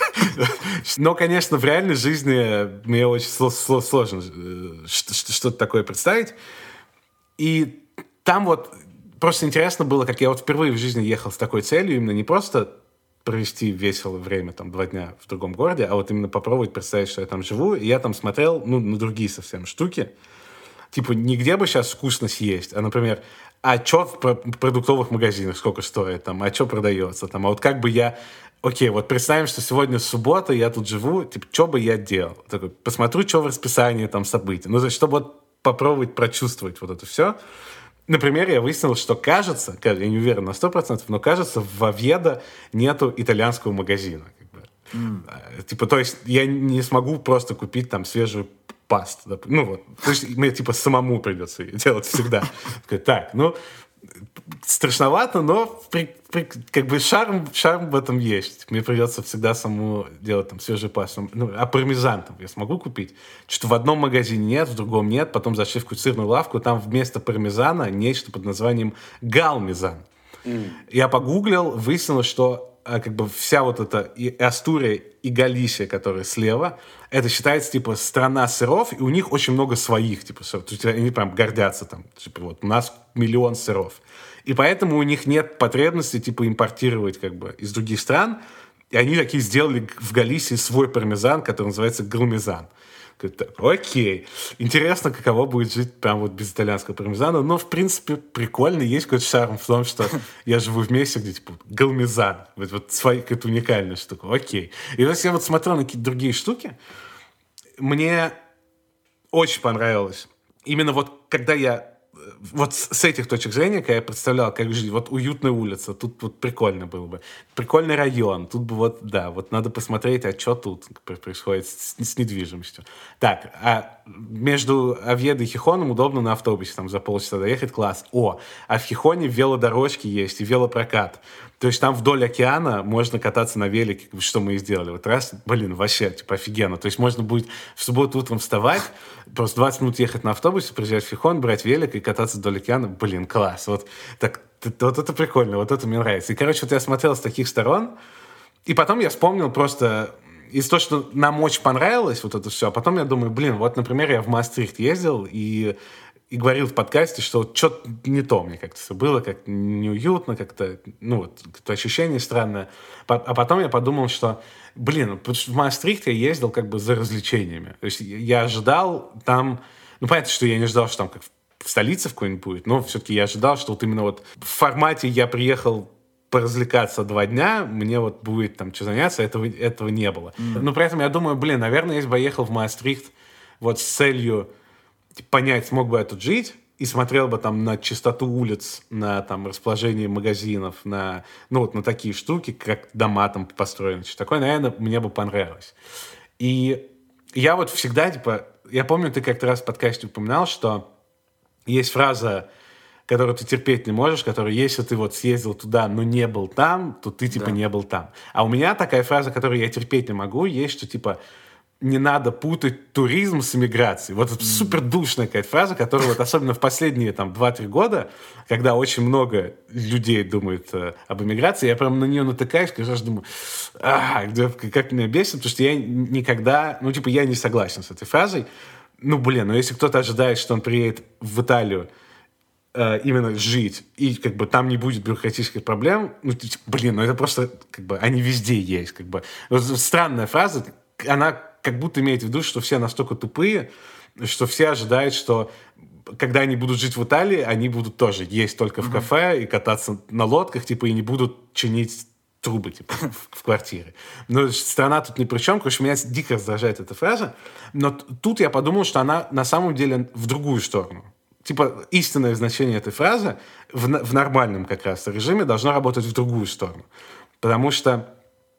Но, конечно, в реальной жизни мне очень сложно что-то такое представить. И там вот просто интересно было, как я вот впервые в жизни ехал с такой целью, именно не просто провести весело время, там, 2 дня в другом городе, а вот именно попробовать представить, что я там живу, и я там смотрел, ну, на другие совсем штуки. Типа, не где бы сейчас вкусно съесть, а, например, а что в продуктовых магазинах, сколько стоит, там, а что продается, там, а вот как бы я... Окей, вот представим, что сегодня суббота, я тут живу, типа, что бы я делал? Такой, посмотрю, что в расписании там событий. Ну, то есть, чтобы вот попробовать прочувствовать вот это все. Например, я выяснил, что кажется, я не уверен на 100%, но кажется, в Овьедо нету итальянского магазина. Типа, то есть я не смогу просто купить там свежую пасту. Ну вот, то есть мне типа самому придется ее делать всегда. Так, ну, страшновато, но как бы шарм в этом есть. Мне придется всегда самому делать там свежую пасту. Ну, а пармезан там я смогу купить? Что в одном магазине нет, в другом нет. Потом зашли в какую-то сырную лавку, там вместо пармезана нечто под названием галмезан. Я погуглил, выяснилось, что как бы вся вот эта и Астурия, и Галисия, которая слева, это считается, типа, страна сыров, и у них очень много своих, типа, сыров. То есть они прям гордятся там, типа, вот, у нас 1 000 000 сыров. И поэтому у них нет потребности, типа, импортировать, как бы, из других стран. И они такие сделали в Галисии свой пармезан, который называется галмезан. Окей. Интересно, каково будет жить прям вот без итальянского пармезана. Но, в принципе, прикольно. Есть какой-то шарм в том, что я живу в месте, где, типа, галмезан. Вот своя какая-то уникальная штука. Окей. И если я вот смотрю на какие-то другие штуки, мне очень понравилось. Именно вот когда я вот с этих точек зрения, когда я представлял, как жить, вот уютная улица, тут вот прикольно было бы. Прикольный район, тут бы вот, да, вот надо посмотреть, а что тут происходит с недвижимостью. Так, а между Овьедо и Хихоном удобно на автобусе, там за полчаса доехать, класс. А в Хихоне велодорожки есть и велопрокат. То есть там вдоль океана можно кататься на велике, что мы и сделали. Вот раз, вообще, типа, офигенно. То есть можно будет в субботу утром вставать, просто 20 минут ехать на автобусе, приезжать в Хихон, брать велик и кататься вдоль океана. Класс. Вот это прикольно, вот это мне нравится. И, короче, вот я смотрел с таких сторон, и потом я вспомнил просто из того, что нам очень понравилось вот это все, а потом я думаю, вот, например, я в Маастрихт ездил, и говорил в подкасте, что вот что-то не то мне как-то все было, как-то неуютно, как-то, ну, вот, какое-то ощущение странное. А потом я подумал, что, потому что в Маастрихт я ездил как бы за развлечениями. То есть я ожидал там... Ну, понятно, что я не ожидал, что там как в столице в какой-нибудь будет, но все-таки я ожидал, что вот именно вот в формате я приехал поразвлекаться 2 дня, мне вот будет там что заняться, этого не было. Но при этом я думаю, наверное, если бы я ехал в Маастрихт вот с целью понять, смог бы я тут жить, и смотрел бы там на чистоту улиц, на там расположение магазинов, на, ну, вот на такие штуки, как дома там построены, что такое, наверное, мне бы понравилось. И я вот всегда, типа, я помню, ты как-то раз в подкасте упоминал, что есть фраза, которую ты терпеть не можешь, которая, если ты вот съездил туда, но не был там, то ты, типа, не был там. А у меня такая фраза, которую я терпеть не могу, есть, что, типа, не надо путать туризм с эмиграцией. Вот это супер душная какая-то фраза, которая вот особенно в последние там 2-3 года, когда очень много людей думают об эмиграции, я прям на нее натыкаюсь, каждый раз думаю, как меня бесит, потому что я никогда, ну, типа, я не согласен с этой фразой. Ну, блин, если кто-то ожидает, что он приедет в Италию именно жить, и как бы там не будет бюрократических проблем, ну, типа, блин, ну это просто, как бы, они везде есть, как бы. Вот странная фраза, она как будто имеет в виду, что все настолько тупые, что все ожидают, что когда они будут жить в Италии, они будут тоже есть только в кафе и кататься на лодках, типа, и не будут чинить трубы, типа, в квартире. Но страна тут ни при чем. Короче, меня дико раздражает эта фраза. Но тут я подумал, что она на самом деле в другую сторону. Типа, истинное значение этой фразы в нормальном как раз режиме должно работать в другую сторону. Потому что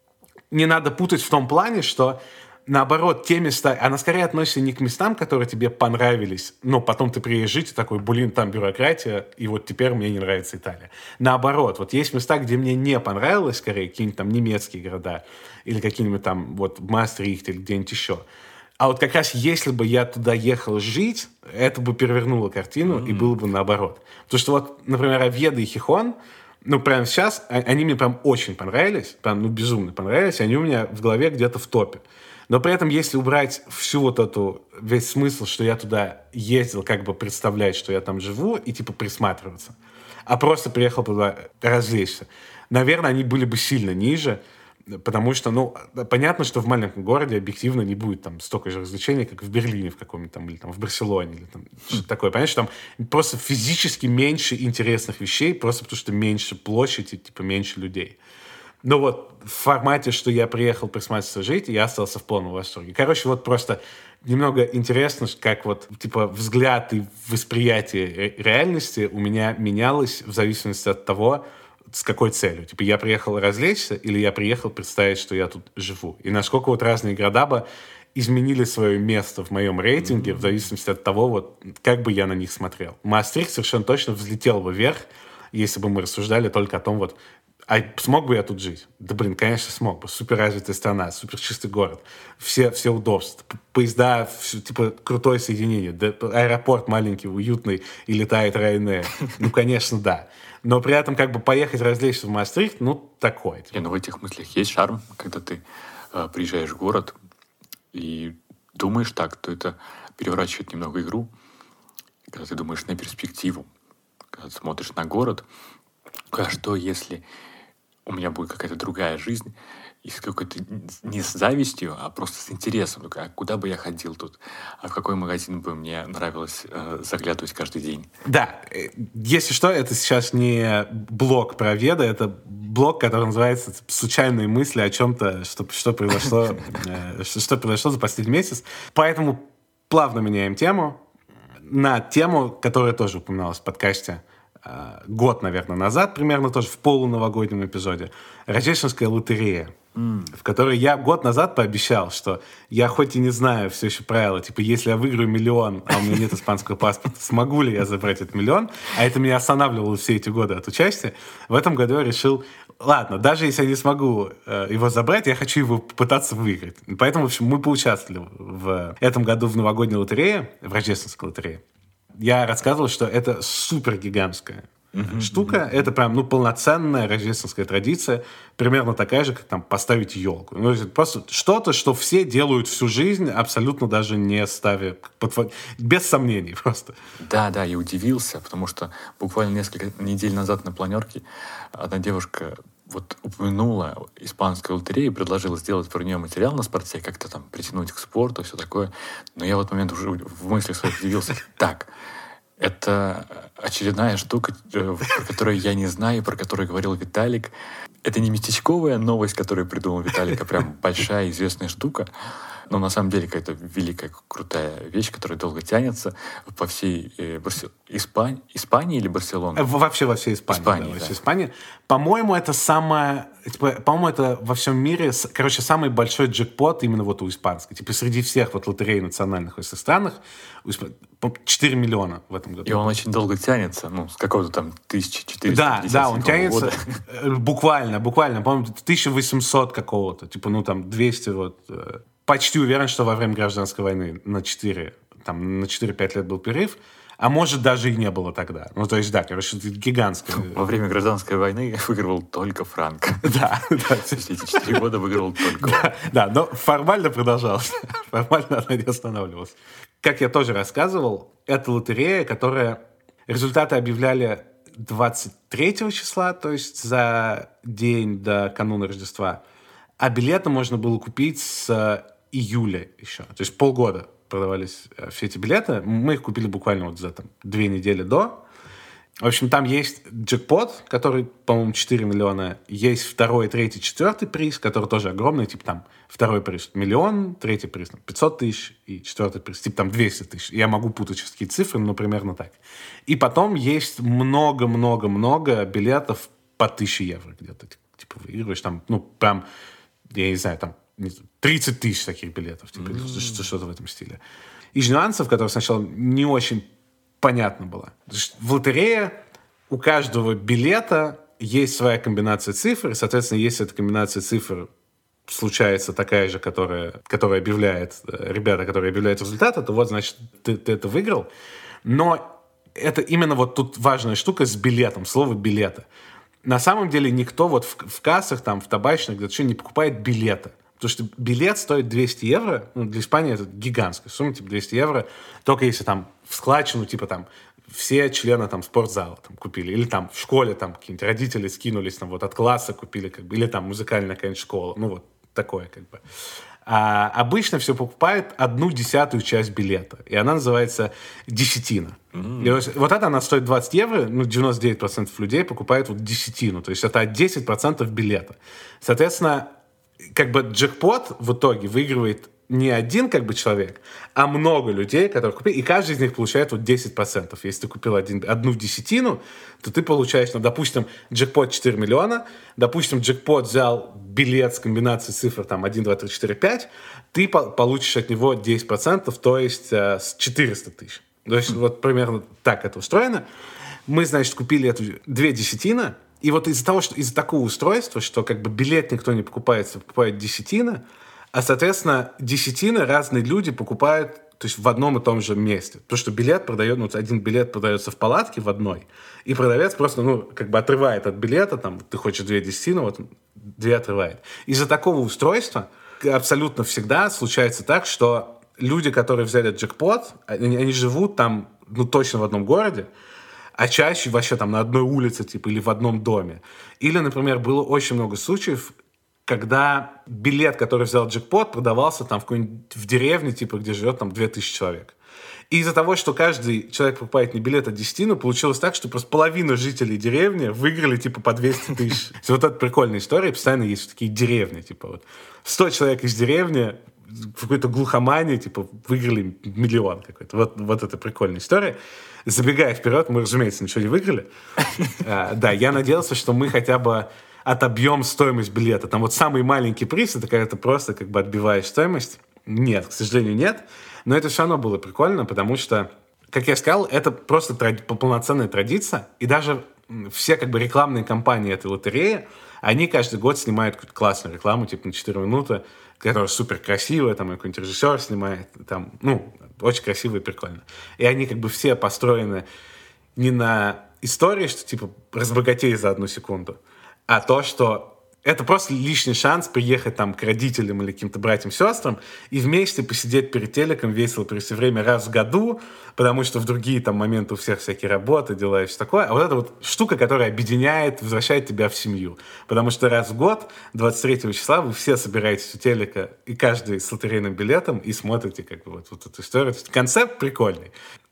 не надо путать в том плане, что наоборот, те места, она скорее относится не к местам, которые тебе понравились, но потом ты приедешь жить и такой, блин, там бюрократия, и вот теперь мне не нравится Италия. Наоборот, вот есть места, где мне не понравилось, скорее, какие-нибудь там немецкие города, или какие-нибудь там, вот, Маастрихт или где-нибудь еще. А вот как раз если бы я туда ехал жить, это бы перевернуло картину, и было бы наоборот. Потому что вот, например, Овьедо и Хихон, ну, прямо сейчас, они мне прям очень понравились, прям, ну, безумно понравились, они у меня в голове где-то в топе. Но при этом, если убрать всю вот эту, весь смысл, что я туда ездил, как бы представлять, что я там живу, и типа присматриваться, а просто приехал туда развлечься, наверное, они были бы сильно ниже, потому что, ну, понятно, что в маленьком городе объективно не будет там столько же развлечений, как в Берлине в каком-нибудь там, или там в Барселоне, или там что-то такое. Понятно, что там просто физически меньше интересных вещей, просто потому что меньше площади, типа меньше людей. Но вот в формате, что я приехал присматриваться жить, я остался в полном восторге. Короче, вот просто немного интересно, как вот, типа, взгляд и восприятие реальности у меня менялось в зависимости от того, с какой целью. Типа, я приехал развлечься или я приехал представить, что я тут живу. И насколько вот разные города бы изменили свое место в моем рейтинге в зависимости от того, вот, как бы я на них смотрел. Маастрихт совершенно точно взлетел бы вверх, если бы мы рассуждали только о том, вот, а смог бы я тут жить? Да, блин, конечно, смог бы. Суперразвитая страна, суперчистый город. Все удобства. Поезда, все, типа, крутое соединение. Да, аэропорт маленький, уютный, и летает Ryanair. Ну, конечно, да. Но при этом как бы поехать развлечься в Маастрихт, ну, такое.
Типа. Ну, в этих мыслях есть шарм, когда ты приезжаешь в город и думаешь так, то это переворачивает немного игру. Когда ты думаешь на перспективу, когда ты смотришь на город, а что если у меня будет какая-то другая жизнь, и с какой-то не с завистью, а просто с интересом. А куда бы я ходил тут? А в какой магазин бы мне нравилось заглядывать каждый день?
Да, если что, это сейчас не блог про Веда, это блог, который называется «Случайные мысли о чем-то, что произошло за последний месяц». Поэтому плавно меняем тему на тему, которая тоже упоминалась в подкасте год, наверное, назад, примерно тоже в полуновогоднем эпизоде, рождественская лотерея, в которой я год назад пообещал, что я хоть и не знаю все еще правила, типа, если я выиграю 1 миллион, а у меня нет испанского паспорта, смогу ли я забрать этот 1 миллион, а это меня останавливало все эти годы от участия, в этом году я решил, ладно, даже если я не смогу его забрать, я хочу его попытаться выиграть. Поэтому, в общем, мы поучаствовали в этом году в новогодней лотерее, в рождественской лотерее. Я рассказывал, что это супер-гигантская штука. Это прям, ну, полноценная рождественская традиция. Примерно такая же, как там поставить елку. Ну, это просто что-то, что все делают всю жизнь, абсолютно даже не ставя... Без сомнений просто.
Да, я удивился, потому что буквально несколько недель назад на планерке одна девушка вот упомянула испанскую лотерею и предложила сделать про нее материал на спорте, как-то там притянуть к спорту, все такое. Но я в этот момент уже в мыслях своих удивился. Так, это очередная штука, про которую я не знаю, про которую говорил Виталик. Это не местечковая новость, которую придумал Виталик, а прям большая известная штука. Но на самом деле какая-то великая, крутая вещь, которая долго тянется по всей Испании или Барселоне?
Вообще во всей Испании.
Испании,
во всей
да.
Испании. По-моему, это по-моему, это во всем мире, самый большой джекпот именно вот у испанской. Типа среди всех вот лотерей национальных в этих странах 4 миллиона в этом году.
И он очень долго тянется, с какого-то там 1450
Да, он тянется
года.
буквально, по-моему, 1800 какого-то, типа, 200 вот. Почти уверен, что во время гражданской войны на 4-5 лет был перерыв, а может, даже и не было тогда. То есть, да, короче, это гигантское.
Во время гражданской войны выигрывал только Франко.
Да.
Эти 4 года выигрывал только он.
Да, но формально продолжалось. Формально она не останавливалась. Как я тоже рассказывал, это лотерея, которая... Результаты объявляли 23 числа, то есть за день до кануна Рождества. А билеты можно было купить с июля еще. То есть полгода продавались все эти билеты. Мы их купили буквально вот за 2 недели до. В общем, там есть джекпот, который, по-моему, 4 миллиона. Есть второй, третий, четвертый приз, который тоже огромный. Типа там второй приз 1 миллион, третий приз 500 тысяч и четвертый приз типа там 200 тысяч. Я могу путать сейчас какие цифры, но примерно так. И потом есть много-много-много билетов по 1000 евро где-то. Типа выигрываешь там, прям, я не знаю, там 30 тысяч таких билетов. Типа, что-то в этом стиле. Из нюансов, которые сначала не очень понятно было. В лотерее у каждого билета есть своя комбинация цифр, и, соответственно, если эта комбинация цифр случается такая же, которая объявляет ребята, которые объявляют результаты, то вот, значит, ты это выиграл. Но это именно вот тут важная штука с билетом, слово «билета». На самом деле никто вот в кассах, там, в табачных, где-то не покупает билета. Потому что билет стоит 200 евро. Для Испании это гигантская сумма, типа 200 евро. Только если там в складчину, типа там все члены там спортзала там купили. Или там в школе там какие-нибудь родители скинулись там вот от класса купили. Или там музыкальная какая-нибудь школа. Вот такое . А обычно все покупают 1/10 часть билета. И она называется десятина. И вот это она стоит 20 евро. 99% людей покупают вот десятину. То есть это 10% билета. Соответственно, джекпот в итоге выигрывает не один человек, а много людей, которые купили, и каждый из них получает вот 10%. Если ты купил 1/10, то ты получаешь, допустим, джекпот 4 миллиона, допустим, джекпот взял билет с комбинацией цифр 1, 2, 3, 4, 5, ты получишь от него 10%, то есть 400 тысяч. То есть вот примерно так это устроено. Мы, значит, купили эту 2 десятины, и вот из-за такого устройства, что билет никто не покупает, покупает десятина, а, соответственно, десятины разные люди покупают, то есть в одном и том же месте. Потому что билет один билет продается в палатке в одной, и продавец просто, отрывает от билета, ты хочешь 2 десятины, вот 2 отрывает. Из-за такого устройства абсолютно всегда случается так, что люди, которые взяли джекпот, они живут там, точно в одном городе, а чаще вообще на одной улице, или в одном доме. Или, например, было очень много случаев, когда билет, который взял джекпот, продавался в деревне, где живет 2000 человек. И из-за того, что каждый человек покупает не билет, а десятину, получилось так, что просто половина жителей деревни выиграли по 200 тысяч. Вот это прикольная история. Постоянно есть такие деревни. 100 человек из деревни в какой-то глухомании выиграли 1 миллион какой-то. Вот это прикольная история. Забегая вперед, мы, разумеется, ничего не выиграли. Да, я надеялся, что мы хотя бы отобьем стоимость билета. Там вот самый маленький приз, это когда ты просто отбиваешь стоимость. Нет, к сожалению, нет. Но это все равно было прикольно, потому что, как я сказал, это просто полноценная традиция. И даже все рекламные кампании этой лотереи, они каждый год снимают какую-то классную рекламу, на 4 минуты, которая супер красивая, какой-нибудь режиссер снимает, очень красиво и прикольно. И они все построены не на истории, что разбогатей за 1 секунду, а то, что это просто лишний шанс приехать к родителям или каким-то братьям-сестрам и вместе посидеть перед телеком, весело провести время раз в году, потому что в другие моменты у всех всякие работы, дела и все такое. А вот эта вот штука, которая объединяет, возвращает тебя в семью. Потому что раз в год, 23 числа, вы все собираетесь у телека, и каждый с лотерейным билетом, и смотрите вот эту историю. Концепт прикольный.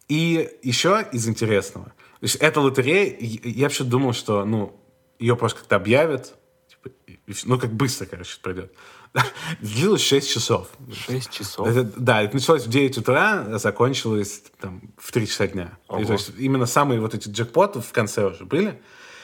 И еще из интересного. То есть эта лотерея, я вообще думал, что ее просто как-то объявят, Ну, как быстро, короче, пройдет. Длилось 6 часов.
6 часов?
Это началось в 9 утра, а закончилось там, в 3 часа дня. И, то есть именно самые вот эти джекпоты в конце уже были.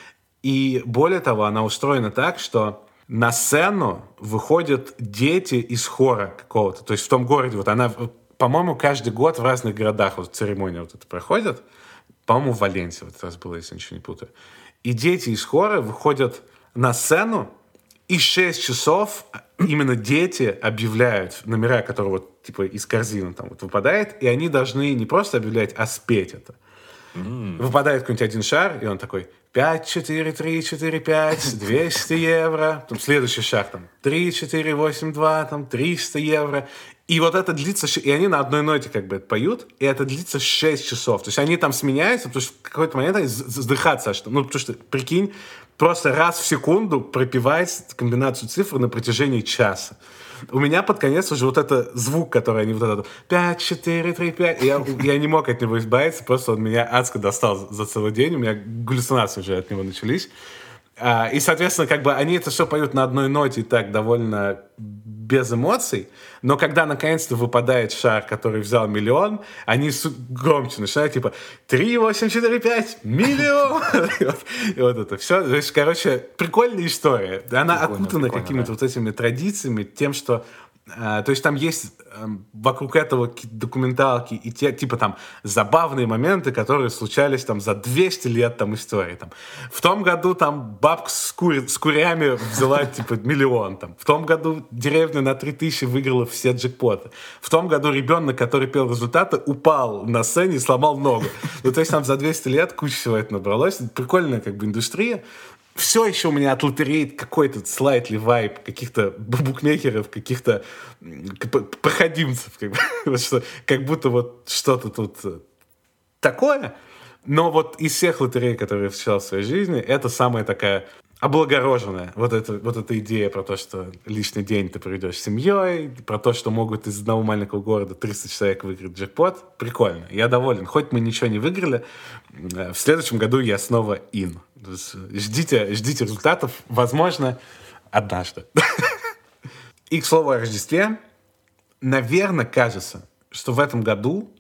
И более того, она устроена так, что на сцену выходят дети из хора какого-то. То есть в том городе, вот она, по-моему, каждый год в разных городах вот церемония вот это проходит. По-моему, в Валенсии вот раз было, если ничего не путаю. И дети из хора выходят на сцену, и 6 часов именно дети объявляют номера, которые вот типа из корзины там вот выпадает, и они должны не просто объявлять, а спеть это. Выпадает какой-нибудь один шар, и он такой 5, 4, 3, 4, 5, 200 евро. Там следующий шар, там 3, 4, 8, 2, там 300 евро. И вот это длится, и они на одной ноте как бы поют, и это длится 6 часов. То есть они там сменяются, потому что в какой-то момент они вздыхаться, что, ну, потому что, прикинь, просто раз в секунду пропевать комбинацию цифр на протяжении часа. У меня под конец уже вот это звук, который они вот этот 5, 4, 3, 5, я не мог от него избавиться, просто он меня адско достал за целый день, у меня галлюцинации уже от него начались. И, соответственно, как бы они это все поют на одной ноте и так довольно без эмоций, но когда наконец-то выпадает шар, который взял миллион, они громче начинают, типа 3, 8, 4, 5, миллион! И вот это все. То есть, короче, прикольная история. Она окутана какими-то вот этими традициями, тем, что... То есть там есть вокруг этого какие-то документалки и типа там забавные моменты, которые случались там за 200 лет там истории. Там. В том году там бабка с курями взяла типа миллион. Там. В том году деревня на 3000 выиграла все джекпоты. В том году ребенок, который пел результаты, упал на сцене и сломал ногу. Ну, то есть там за 200 лет куча всего это набралось. Это прикольная как бы индустрия. Все еще у меня от лотереи какой-то slightly вайб каких-то букмекеров, каких-то проходимцев. Как будто вот что-то тут такое. Но вот из всех лотерей, которые я встречал в своей жизни, это самая такая облагороженная. Вот эта идея про то, что лишний день ты проведешь с семьей, про то, что могут из одного маленького города 300 человек выиграть джекпот. Прикольно. Я доволен. Хоть мы ничего не выиграли, в следующем году я снова in. Ждите результатов, возможно, однажды. И, к слову, о Рождестве. Наверное, кажется, что в этом году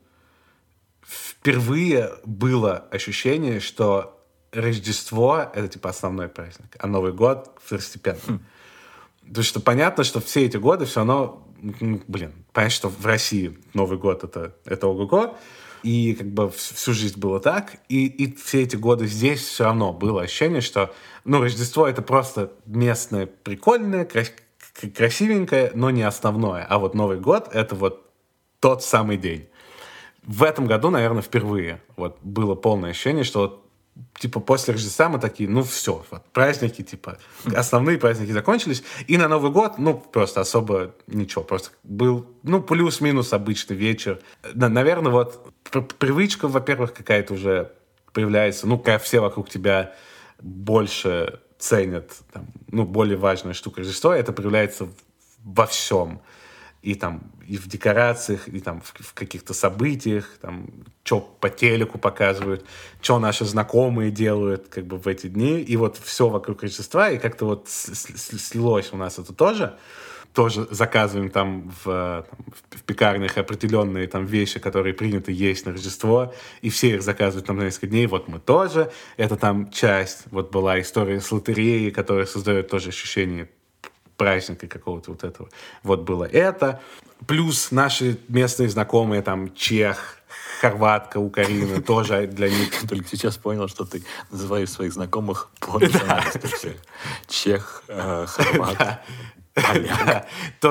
впервые было ощущение, что Рождество — это, типа, основной праздник, а Новый год — второстепенный. Потому что понятно, что все эти годы все равно... понятно, что в России Новый год — это ого-го, и как бы всю жизнь было так, и все эти годы здесь все равно было ощущение, что, Рождество — это просто местное, прикольное, красивенькое, но не основное. А вот Новый год — это вот тот самый день. В этом году, наверное, впервые вот было полное ощущение, что вот, типа, после Рождества мы такие, все, вот, праздники, типа, основные праздники закончились, и на Новый год, просто особо ничего, просто был, плюс-минус обычный вечер. Наверное, вот привычка, во-первых, какая-то уже появляется, когда все вокруг тебя больше ценят, там, более важная штука Рождества, это проявляется во всем. И там и в декорациях, и там в каких-то событиях, там, что по телеку показывают, что наши знакомые делают как бы в эти дни. И вот все вокруг Рождества, и как-то вот слилось у нас это тоже. Тоже заказываем там в пекарнях определенные там вещи, которые принято есть на Рождество, и все их заказывают там на несколько дней. Вот мы тоже. Это там часть. Вот была история с лотереей, которая создает тоже ощущение праздника какого-то вот этого. Вот было это. Плюс наши местные знакомые, там, чех, хорватка у Карины, тоже для них.
Только сейчас понял, что ты называешь своих знакомых по национальности. Чех, хорват, поляк.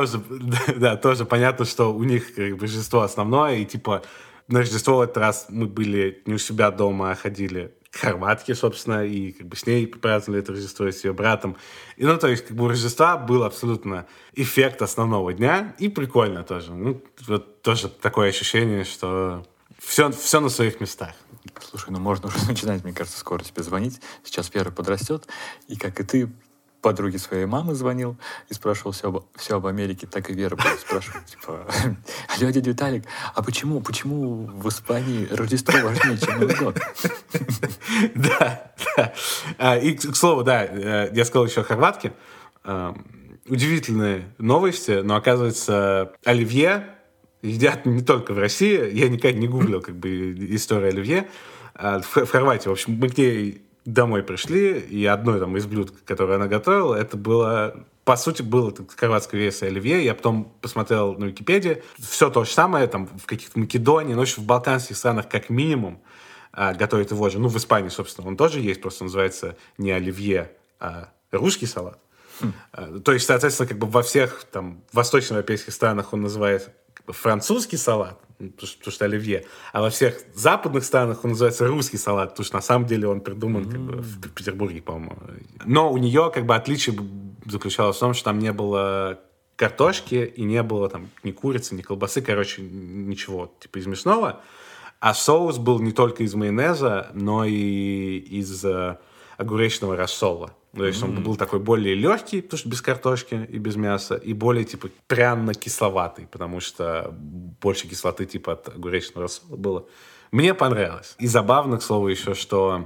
Тоже понятно, что у них как бы Рождество основное, и типа на Рождество в этот раз мы были не у себя дома, а ходили к хорватке, собственно, и как бы с ней праздновали это Рождество с ее братом. И, то есть, как бы у Рождества был абсолютно эффект основного дня, и прикольно тоже. Вот тоже такое ощущение, что все на своих местах.
Слушай, можно уже начинать, мне кажется, скоро тебе звонить. Сейчас первый подрастет, и как и ты, подруге своей мамы звонил и спрашивал все об Америке, так и Вера будет спрашивать, типа, алло, дядя Виталик, а почему в Испании Рождество важнее, чем Новый год?
Да. И, к слову, да, я сказал еще о хорватке. удивительные новости, но, оказывается, оливье едят не только в России. Я никогда не гуглил историю оливье. В Хорватии, в общем, мы к ней домой пришли, и одно там из блюд, которое она готовила, это было... По сути, было хорватская версия оливье. Я потом посмотрел на Википедии. Все то же самое, там, в каких-то Македонии, но еще в балканских странах как минимум готовят его же. Ну, в Испании, собственно, он тоже есть, просто называется не оливье, а русский салат. То есть, соответственно, во всех там восточноевропейских странах он называется французский салат, потому что оливье, а во всех западных странах он называется русский салат, потому что на самом деле он придуман в Петербурге, по-моему. Но у нее отличие заключалось в том, что там не было картошки и не было там ни курицы, ни колбасы, короче, ничего из мясного. А соус был не только из майонеза, но и из огуречного рассола. То есть он был такой более легкий, потому что без картошки и без мяса, и более пряно-кисловатый, потому что больше кислоты от огуречного рассола было. Мне понравилось. И забавно, к слову, еще, что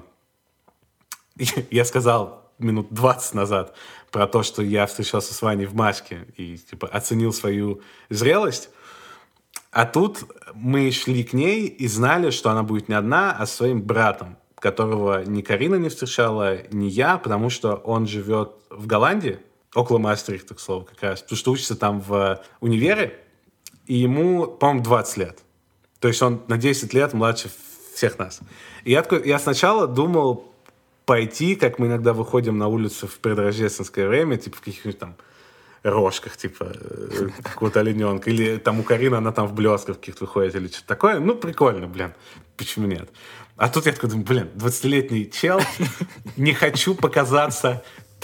я сказал минут 20 назад про то, что я встречался с Ваней в маске и оценил свою зрелость. А тут мы шли к ней и знали, что она будет не одна, а со своим братом, которого ни Карина не встречала, ни я, потому что он живет в Голландии, около Маастрихта, к слову, как раз, потому что учится там в универе, и ему, по-моему, 20 лет. То есть он на 10 лет младше всех нас. И я сначала думал пойти, как мы иногда выходим на улицу в предрождественское время, в каких-нибудь там рожках, какого-то олененка. Или там у Карины, она там в блесках каких-то выходит, или что-то такое. Ну, прикольно, почему нет? А тут я такой думаю, 20-летний чел, не хочу показаться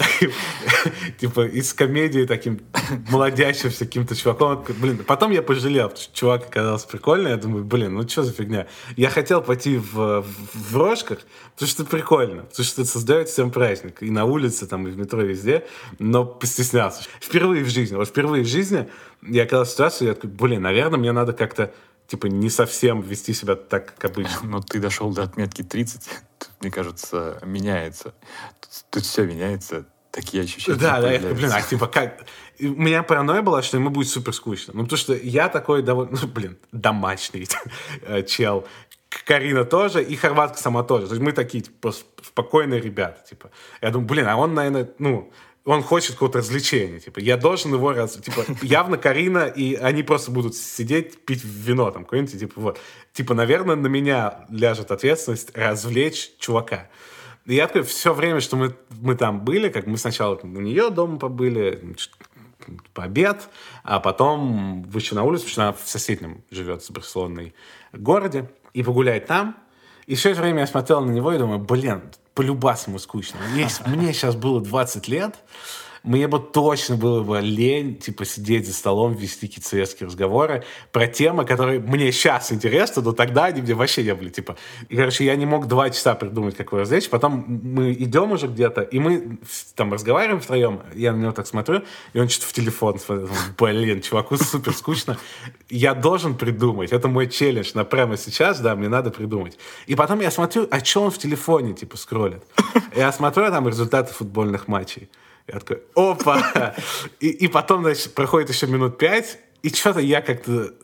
из комедии таким молодящимся каким-то чуваком. Потом я пожалел, потому что чувак оказался прикольный. Я думаю, что за фигня? Я хотел пойти в рожках, потому что это прикольно, потому что это создает всем праздник. И на улице, и в метро, везде. Но постеснялся. Впервые в жизни я оказался в ситуации, я такой, наверное, мне надо как-то не совсем вести себя так, как обычно.
Но ты дошел до отметки 30, тут, мне кажется, меняется. Тут все меняется, такие ощущения.
Да, как... У меня паранойя была, что ему будет супер скучно. Потому что я такой довольно, домашний чел. Карина тоже, и хорватка сама тоже. То есть мы такие, просто спокойные ребята. Я думаю, а он, наверное, он хочет какого-то развлечения. Я должен его... явно Карина, и они просто будут сидеть, пить вино там какое-нибудь. Наверное, на меня ляжет ответственность развлечь чувака. И я такой, все время, что мы там были, мы сначала у нее дома побыли, пообед, а потом вышли на улицу, потому что она в соседнем живет с Барселоной городе, и погулять там. И все это время я смотрел на него и думаю, полюбас ему скучно. Если бы мне сейчас было 20 лет, мне бы точно было бы лень, сидеть за столом, вести какие-то светские разговоры про темы, которые мне сейчас интересны, но тогда они мне вообще не были, И, я не мог 2 часа придумать, как его развлечь. Потом мы идем уже где-то, и мы там разговариваем втроем, я на него так смотрю, и он что-то в телефон смотрит. Чуваку супер скучно. Я должен придумать. Это мой челлендж прямо сейчас, мне надо придумать. И потом я смотрю, а что он в телефоне, скроллит? Я смотрю там результаты футбольных матчей. Я такой, опа! И потом, проходит еще минут 5, и что-то я как-то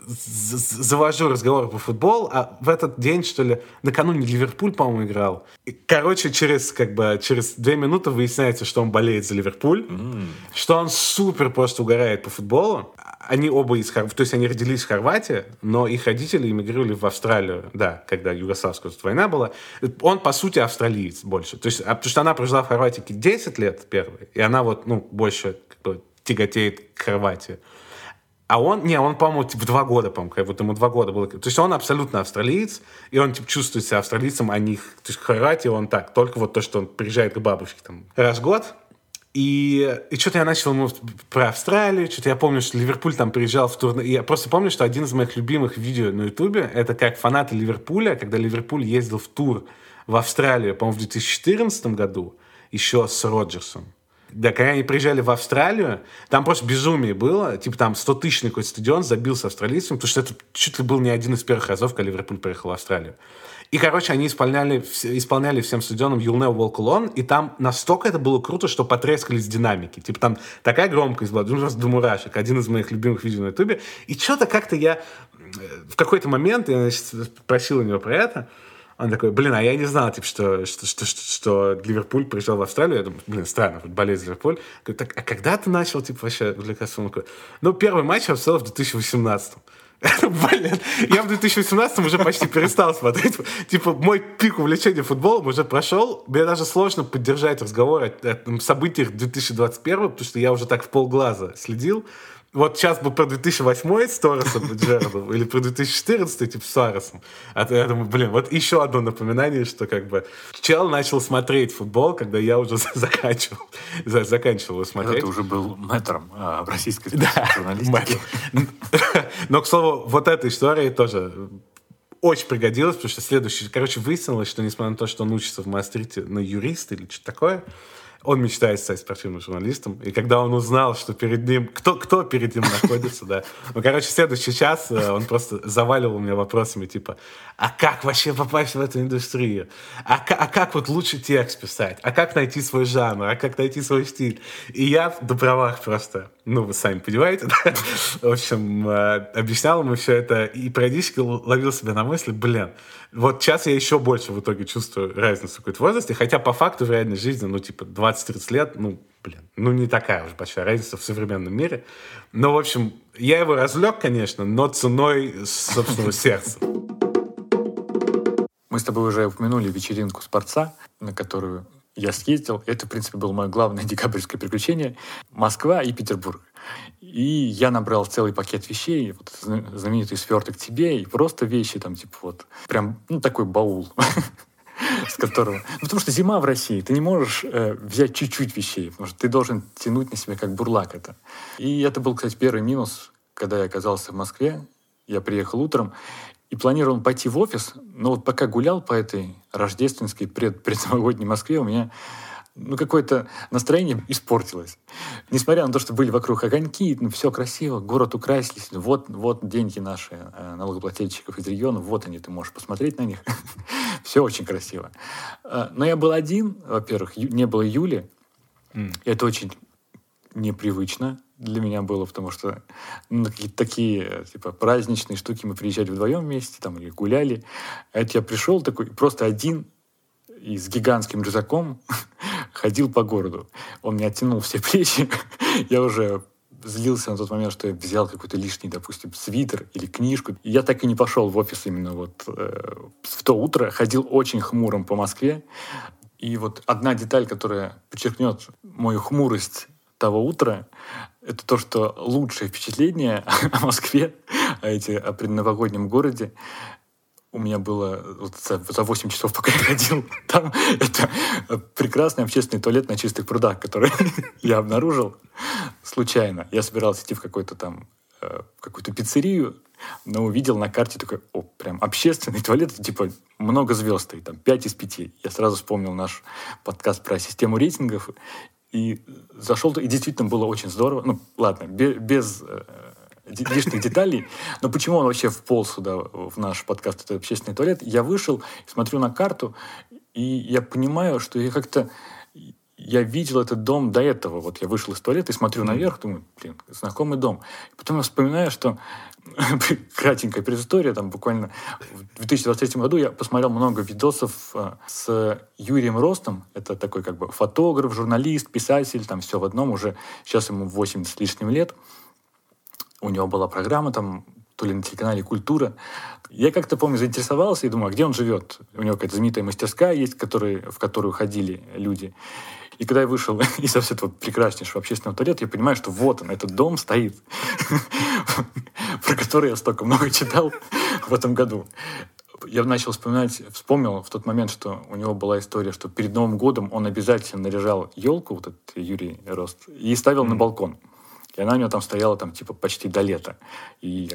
завожу разговор по футболу, а в этот день, что ли, накануне Ливерпуль, по-моему, играл. И, через 2 минуты выясняется, что он болеет за Ливерпуль, что он супер просто угорает по футболу. Они оба то есть они родились в Хорватии, но их родители эмигрировали в Австралию, да, когда югославская война была. Он, по сути, австралиец больше. То есть, потому что она прожила в Хорватии 10 лет первые, и она больше тяготеет к Хорватии. А он, по-моему, в 2 года, ему 2 года было. То есть он абсолютно австралиец, и он чувствует себя австралийцем, а не... То есть в Хорватии он так, только то, что он приезжает к бабушке раз в год. И что-то я начал ему про Австралию, что-то я помню, что Ливерпуль там приезжал в турне. И я просто помню, что один из моих любимых видео на Ютубе, это как фанаты Ливерпуля, когда Ливерпуль ездил в тур в Австралию, по-моему, в 2014 году, еще с Роджерсом. Да, когда они приезжали в Австралию, там просто безумие было. Там 100-тысячный какой-то стадион забился австралийцем, потому что это чуть ли был не один из первых разов, когда Ливерпуль приехал в Австралию. И, короче, они исполняли всем стадионам You'll Never Walk Alone, и там настолько это было круто, что потрескались динамики. Типа там такая громкость была, просто до мурашек. Один из моих любимых видео на Ютубе. И что-то как-то я... В какой-то момент я, значит, спросил у него про это. Он такой, а я не знал, типа, что Ливерпуль приезжал в Австралию. Я думаю, странно, болеть за Ливерпуль. Говорю, так, а когда ты начал, типа, вообще увлекаться? Он такой, первый матч я встал в 2018. Я в 2018 уже почти перестал смотреть. Типа, мой пик увлечения футболом уже прошел. Мне даже сложно поддержать разговор о событиях 2021, потому что я уже так в полглаза следил. Вот сейчас бы про 2008 с Торресом и Джерардом, или про 2014 типа с Суаресом. А то я думаю, вот еще одно напоминание, что как бы чел начал смотреть футбол, когда я уже заканчивал его смотреть.
Это уже был мэтром в российской журналистике.
Но, к слову, вот эта история тоже очень пригодилась, потому что выяснилось, что несмотря на то, что он учится в Маастрихте на юриста или что-то такое, он мечтает стать спортивным журналистом. И когда он узнал, что перед ним... Кто перед ним находится, да. Следующий час он просто заваливал меня вопросами, типа, а как вообще попасть в эту индустрию? А как вот лучше текст писать? А как найти свой жанр? А как найти свой стиль? И я в правах просто... вы сами понимаете, да? В общем, объяснял ему все это и периодически ловил себя на мысли, вот сейчас я еще больше в итоге чувствую разницу в какой-то возрасте, хотя по факту в реальной жизни, 20-30 лет, не такая уж большая разница в современном мире. Но, в общем, я его развлек, конечно, но ценой собственного сердца.
Мы с тобой уже упомянули вечеринку «Спорца», на которую я съездил. Это, в принципе, было мое главное декабрьское приключение. Москва и Петербург. И я набрал целый пакет вещей, знаменитый сверток тебе, и просто вещи там, прям, такой баул, с которого... Потому что зима в России, ты не можешь взять чуть-чуть вещей, потому что ты должен тянуть на себя как бурлак это. И это был, кстати, первый минус, когда я оказался в Москве. Я приехал утром и планировал пойти в офис, но вот пока гулял по этой рождественской предновогодней Москве, у меня какое-то настроение испортилось. Несмотря на то, что были вокруг огоньки, все красиво, город украсились, вот деньги наши налогоплательщиков из региона, вот они, ты можешь посмотреть на них. Все очень красиво. Но я был один, во-первых, не было Юли. Это очень непривычно для меня было, потому что на какие-то такие праздничные штуки мы приезжали вдвоем вместе, или гуляли. А это я пришел такой, просто один и с гигантским рюкзаком ходил по городу. Он мне оттянул все плечи. Я уже злился на тот момент, что я взял какой-то лишний, допустим, свитер или книжку. И я так и не пошел в офис именно в то утро. Ходил очень хмурым по Москве. И одна деталь, которая подчеркнет мою хмурость того утра, это то, что лучшее впечатление о Москве, о предновогоднем городе, у меня было за 8 часов, пока я ходил. Там это прекрасный общественный туалет на Чистых прудах, который я обнаружил случайно. Я собирался идти в какую-то пиццерию, но увидел на карте такой, прям общественный туалет, много звезд стоит, 5 из 5. Я сразу вспомнил наш подкаст про систему рейтингов, и зашел, и действительно было очень здорово. Ладно, без лишних деталей. Но почему он вообще вполз сюда, в наш подкаст, это общественный туалет? Я вышел, смотрю на карту, и я понимаю, что я видел этот дом до этого. Я вышел из туалета и смотрю наверх, думаю, знакомый дом. И потом я вспоминаю, что кратенькая предыстория, буквально в 2023 году я посмотрел много видосов с Юрием Ростом. Это такой фотограф, журналист, писатель, все в одном. Уже сейчас ему 80 с лишним лет. У него была программа то ли на телеканале «Культура». Я как-то, помню, заинтересовался и думаю, а где он живет? У него какая-то знаменитая мастерская есть, в которую ходили люди. И когда я вышел из этого прекраснейшего общественного туалета, я понимаю, что вот он, этот дом стоит, про который я столько много читал в этом году. Я вспомнил в тот момент, что у него была история, что перед Новым годом он обязательно наряжал елку, этот Юрий Рост, и ставил на балкон. И она у него стояла почти до лета. И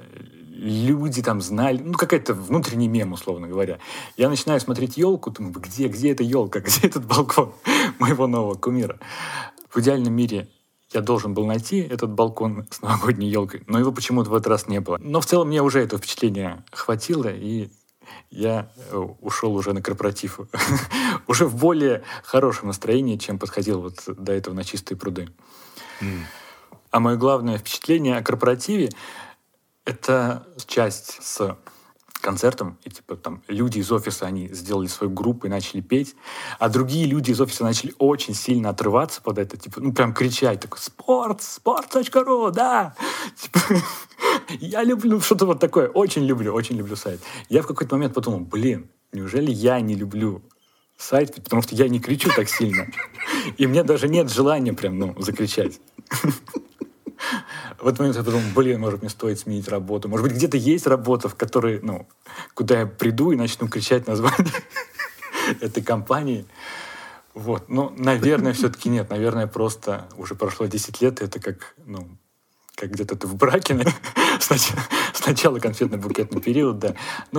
люди знали, какой-то внутренний мем, условно говоря. Я начинаю смотреть елку, думаю, где эта елка, где этот балкон моего нового кумира? В идеальном мире я должен был найти этот балкон с новогодней елкой, но его почему-то в этот раз не было. Но в целом мне уже это впечатление хватило, и я ушел уже на корпоратив. Уже в более хорошем настроении, чем подходил вот до этого на Чистые пруды. А мое главное впечатление о корпоративе — это часть с концертом, и типа там люди из офиса, они сделали свою группу и начали петь, а другие люди из офиса начали очень сильно отрываться под это, типа, ну прям кричать, такой, sport.ru, да! Типа, я люблю что-то вот такое, очень люблю сайт. Я в какой-то момент подумал, неужели я не люблю сайт, потому что я не кричу так сильно, и мне даже нет желания прям, закричать. В этот момент я подумал, может, мне стоит сменить работу. Может быть, где-то есть работа, в которой, куда я приду и начну кричать название этой компании. Вот. Наверное, все-таки нет. Наверное, просто уже прошло 10 лет, и это как где-то ты в браке. Сначала конфетно-букетный период, да.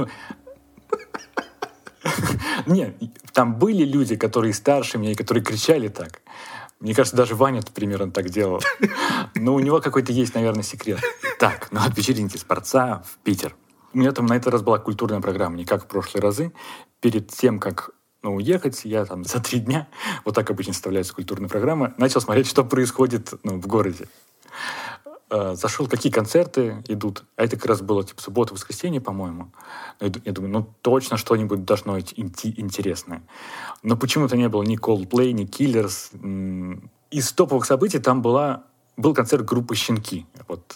Нет, там были люди, которые старше меня, и которые кричали так. Мне кажется, даже Ваня примерно так делал. Но у него какой-то есть, наверное, секрет. Так, от вечеринки Спорца в Питер. У меня там на этот раз была культурная программа, не как в прошлые разы. Перед тем, как уехать, я там за 3 дня, вот так обычно составляется культурная программа, начал смотреть, что происходит в городе. Зашел, какие концерты идут. А это как раз было типа суббота-воскресенье, по-моему. Я думаю, точно что-нибудь должно идти интересное. Но почему-то не было ни Coldplay, ни Killers. Из топовых событий там был концерт группы «Щенки». Вот,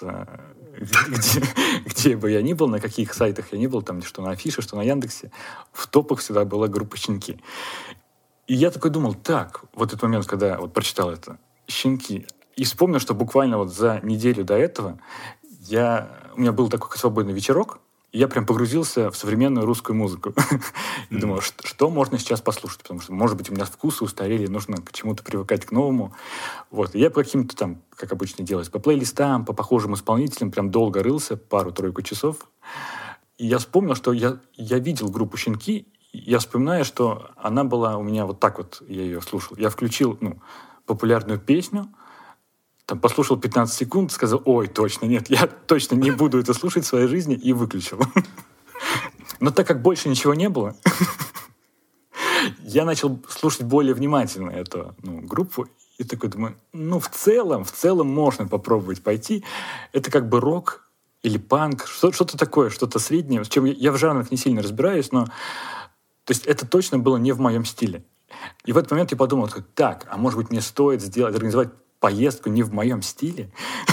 где бы я ни был, на каких сайтах я ни был, там что на Афише, что на Яндексе, в топах всегда была группа «Щенки». И я такой думал, вот этот момент, когда вот прочитал это, «Щенки». И вспомнил, что буквально вот за неделю до этого у меня был такой свободный вечерок, и я прям погрузился в современную русскую музыку. И думал, что можно сейчас послушать, потому что, может быть, у меня вкусы устарели, нужно к чему-то привыкать к новому. Вот. И я по каким-то там, как обычно делать, по плейлистам, по похожим исполнителям прям долго рылся, 2-3 часов. И я вспомнил, что я видел группу «Щенки», и я вспоминаю, что она была у меня вот так вот, я ее слушал. Я включил популярную песню, там послушал 15 секунд, сказал, ой, точно, нет, я точно не буду это слушать в своей жизни, и выключил. Но так как больше ничего не было, я начал слушать более внимательно эту группу, и такой думаю, в целом можно попробовать пойти. Это как бы рок или панк, что-то такое, что-то среднее, с чем я в жанрах не сильно разбираюсь, но то есть это точно было не в моем стиле. И в этот момент я подумал, а может быть, мне стоит организовать поездку не в моем стиле.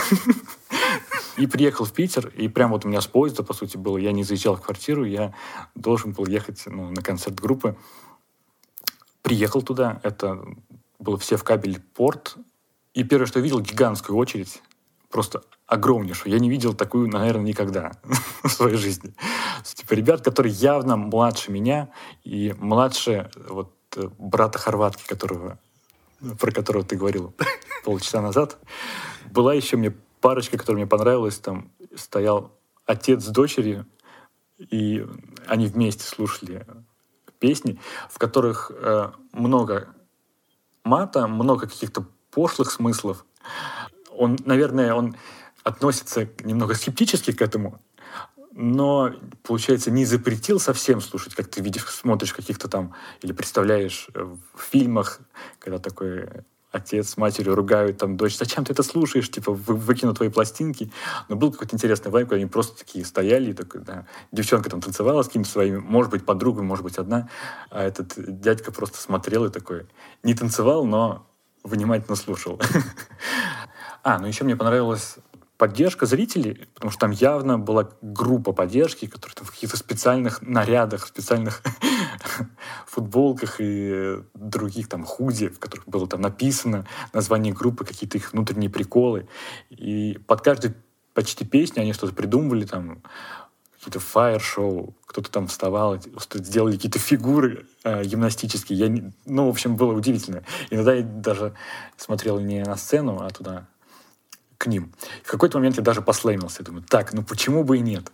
И приехал в Питер, и прям вот у меня с поезда, по сути, было. Я не заезжал в квартиру, я должен был ехать на концерт группы. Приехал туда, это было все в Кабель-порт. И первое, что я видел, гигантскую очередь, просто огромнейшую. Я не видел такую, наверное, никогда в своей жизни. Типа ребят, которые явно младше меня, и младше брата хорватки, про которого ты говорил полчаса назад. Была еще мне парочка, которая мне понравилась. Там стоял отец с дочерью, и они вместе слушали песни, в которых много мата, много каких-то пошлых смыслов. Он относится немного скептически к этому, но, получается, не запретил совсем слушать, как ты видишь, смотришь каких-то там, или представляешь в фильмах, когда такой отец с матерью ругают там дочь, зачем ты это слушаешь, типа, выкину твои пластинки. Но был какой-то интересный вайб, когда они просто такие стояли, и такой, девчонка там танцевала с какими-то своими, может быть, подругами, может быть, одна, а этот дядька просто смотрел и такой, не танцевал, но внимательно слушал. Еще мне понравилась поддержка зрителей, потому что там явно была группа поддержки, которые там в каких-то специальных нарядах, специальных футболках и других там худи, в которых было там написано название группы, какие-то их внутренние приколы. И под каждой почти песню они что-то придумывали, там какие-то фаер-шоу, кто-то там вставал, сделали какие-то фигуры гимнастические. В общем, было удивительно. Иногда я даже смотрел не на сцену, а туда к ним. В какой-то момент я даже послэмился. Думаю, почему бы и нет?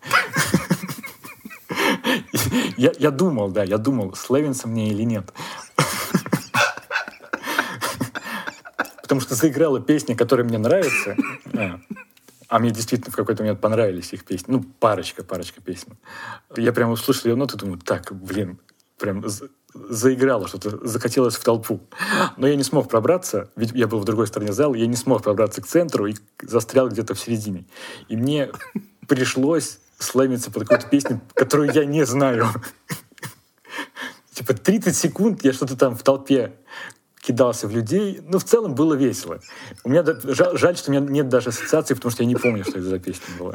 Я думал, слэвинса мне или нет. Потому что заиграла песня, которая мне нравится. А мне действительно в какой-то момент понравились их песни. Ну, парочка песен. Я прямо услышал ее ноты, думаю, так, блин, прям заиграло что-то, захотелось в толпу. Но я не смог пробраться, ведь я был в другой стороне зала, я не смог пробраться к центру и застрял где-то в середине. И мне пришлось слэмиться под какую-то песню, которую я не знаю. Типа 30 секунд я что-то там в толпе кидался в людей. Но в целом было весело. У меня жаль, что у меня нет даже ассоциации, потому что я не помню, что это за песня была.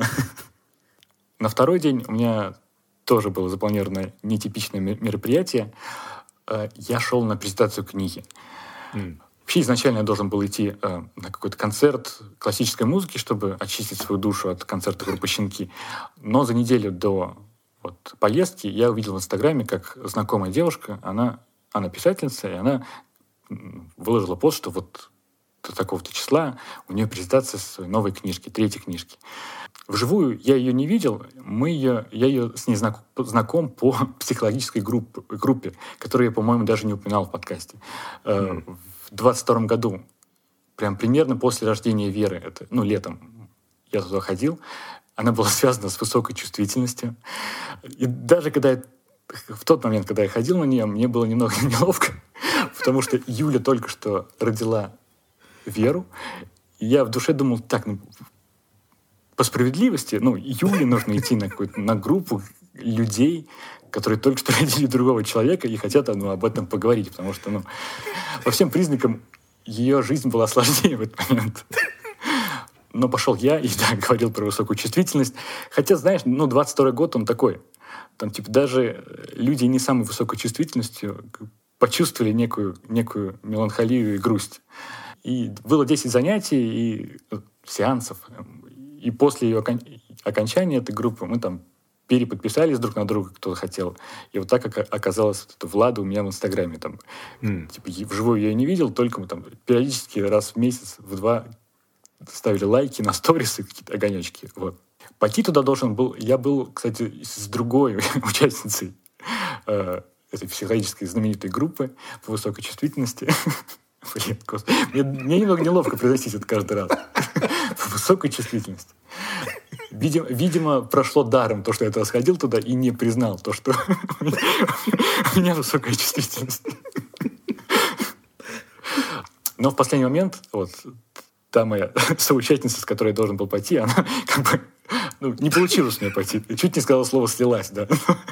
На второй день у меня тоже было запланировано нетипичное мероприятие. Я шел на презентацию книги. Вообще изначально я должен был идти на какой-то концерт классической музыки, чтобы очистить свою душу от концерта группы «Щенки». Но за неделю до поездки я увидел в Инстаграме, как знакомая девушка, она писательница, и она выложила пост, что вот до такого-то числа у нее презентация своей новой книжки, 3-й книжки. Вживую я ее не видел, я ее с ней знаком по психологической группе, которую я, по-моему, даже не упоминал в подкасте. В 22 году, прям примерно после рождения Веры, летом я туда ходил, она была связана с высокой чувствительностью. И даже в тот момент, когда я ходил на нее, мне было немного неловко, потому что Юля только что родила Веру, и я в душе думал, так, по справедливости, Юле нужно идти на группу людей, которые только что родили другого человека и хотят об этом поговорить, потому что по всем признакам ее жизнь была сложнее в этот момент. Но пошел я и говорил про высокую чувствительность. Хотя, знаешь, 22-й год, он такой. Там, даже люди не самой высокой чувствительностью почувствовали некую меланхолию и грусть. И было 10 занятий и сеансов. И после ее окончания этой группы мы там переподписались друг на друга, кто хотел. И вот так оказалось Влада у меня в Инстаграме. Вживую я ее не видел, только мы там периодически раз в месяц, в 2 ставили лайки на сторисы, какие-то огонечки. Вот. Пойти туда должен был... Я был, кстати, с другой участницей этой психологической знаменитой группы по высокой чувствительности. Блин, мне немного неловко произносить это каждый раз. По высокой чувствительности. Видимо, прошло даром то, что я тогда сходил туда и не признал то, что у меня высокая чувствительность. Но в последний момент та моя соучастница, с которой я должен был пойти, она не получилось у меня пойти. Чуть не сказала слово «слилась», да.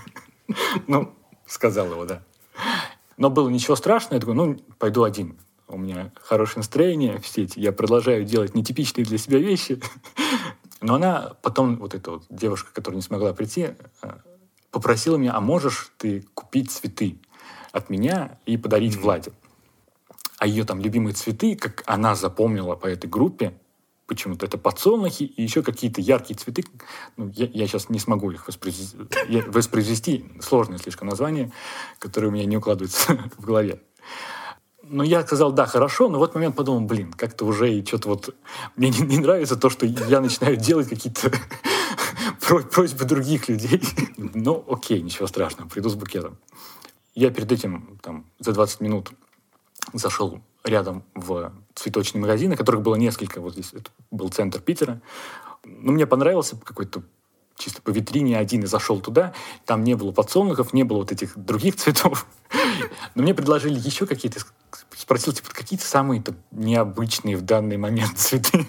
Сказал его, да. Но было ничего страшного. Я такой, пойду один. У меня хорошее настроение, я продолжаю делать нетипичные для себя вещи. Но она потом, эта девушка, которая не смогла прийти, попросила меня, а можешь ты купить цветы от меня и подарить Владе? А ее там любимые цветы, как она запомнила по этой группе, почему-то это подсолнухи и еще какие-то яркие цветы. Я сейчас не смогу их воспроизвести. Сложное слишком название, которое у меня не укладывается в голове. Но я сказал, да, хорошо, но в этот момент подумал, как-то уже и что-то мне не нравится то, что я начинаю делать какие-то просьбы других людей. Окей, ничего страшного, приду с букетом. Я перед этим за 20 минут зашел рядом в цветочные магазины, которых было несколько, вот здесь это был центр Питера. Мне понравился какой-то чисто по витрине один, и зашел туда, там не было подсолнухов, не было этих других цветов. Но мне предложили еще какие-то, спросил, какие-то самые необычные в данный момент цветы.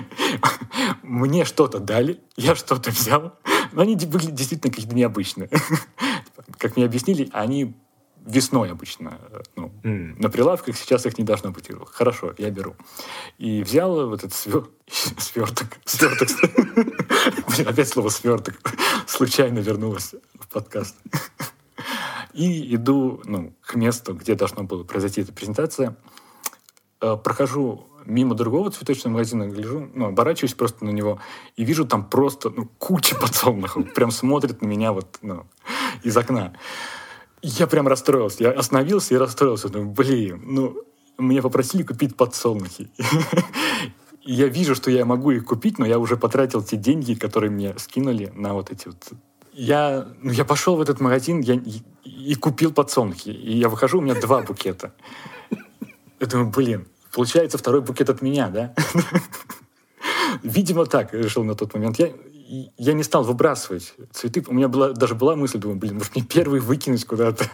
Мне что-то дали, я что-то взял, но они были действительно какие-то необычные. Как мне объяснили, они весной обычно на прилавках, сейчас их не должно быть. Хорошо, я беру. И взял этот сверток. Опять слово сверток случайно вернулось в подкаст. И иду к месту, где должна была произойти эта презентация. Прохожу мимо другого цветочного магазина, гляжу, оборачиваюсь просто на него и вижу там просто куча подсолнухов. Прям смотрит на меня из окна. Я прям расстроился. Я остановился и расстроился. Думаю, меня попросили купить подсолнухи. Я вижу, что я могу их купить, но я уже потратил те деньги, которые мне скинули на эти Я пошел в этот магазин и купил подсолнухи. И я выхожу, у меня 2 букета. Я думаю, получается 2-й букет от меня, да? Видимо, так решил на тот момент. Я не стал выбрасывать цветы. У меня даже была мысль, думаю, может мне первый выкинуть куда-то.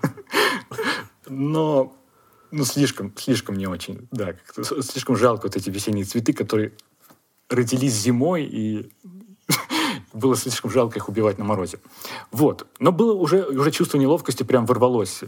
Но слишком не очень. Да, слишком жалко вот эти весенние цветы, которые родились зимой, и было слишком жалко их убивать на морозе. Вот. Но было уже чувство неловкости прям ворвалось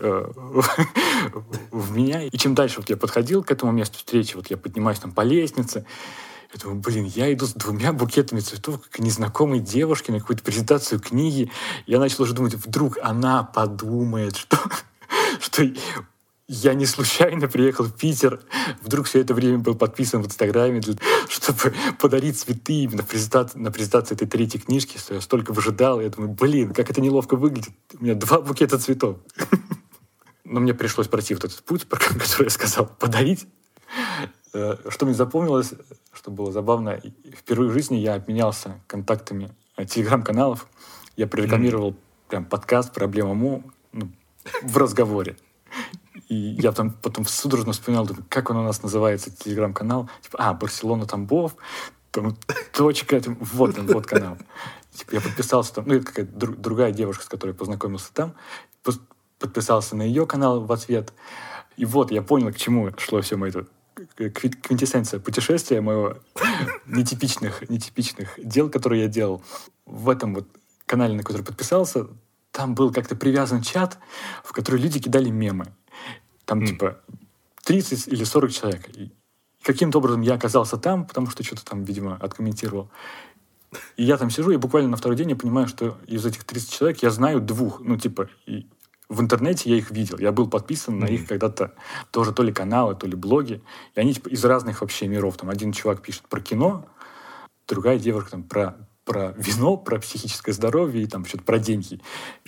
в меня. И чем дальше я подходил к этому месту встречи, я поднимаюсь там по лестнице, я думаю, я иду с 2 букетами цветов к незнакомой девушке на какую-то презентацию книги. Я начал уже думать, вдруг она подумает, что я не случайно приехал в Питер. Вдруг все это время был подписан в Инстаграме, чтобы подарить цветы именно на презентации этой 3-й книжки, что я столько выжидал. Я думаю, как это неловко выглядит. У меня 2 букета цветов. Но мне пришлось пройти вот этот путь, про который я сказал, подарить. Что мне запомнилось, что было забавно, впервые в жизни я обменялся контактами телеграм-каналов. Я прорекламировал прям подкаст «Проблема Му» в разговоре. И я там потом судорожно вспоминал, думаю, как он у нас называется, телеграм-канал. Барселона Тамбов, там точка, вот канал. Я подписался там, это какая-то другая девушка, с которой я познакомился там, подписался на ее канал в ответ. И я понял, к чему шло все мое квинтэссенция путешествия моего нетипичных дел, которые я делал. В этом канале, на который подписался, там был как-то привязан чат, в который люди кидали мемы. Там 30 или 40 человек. И каким-то образом я оказался там, потому что что-то там, видимо, откомментировал. И я там сижу, и буквально на второй день я понимаю, что из этих 30 человек я знаю 2. И в интернете я их видел. Я был подписан на их когда-то тоже то ли каналы, то ли блоги. И они из разных вообще миров. Там один чувак пишет про кино, другая девушка там про вино, про психическое здоровье и там что-то про деньги.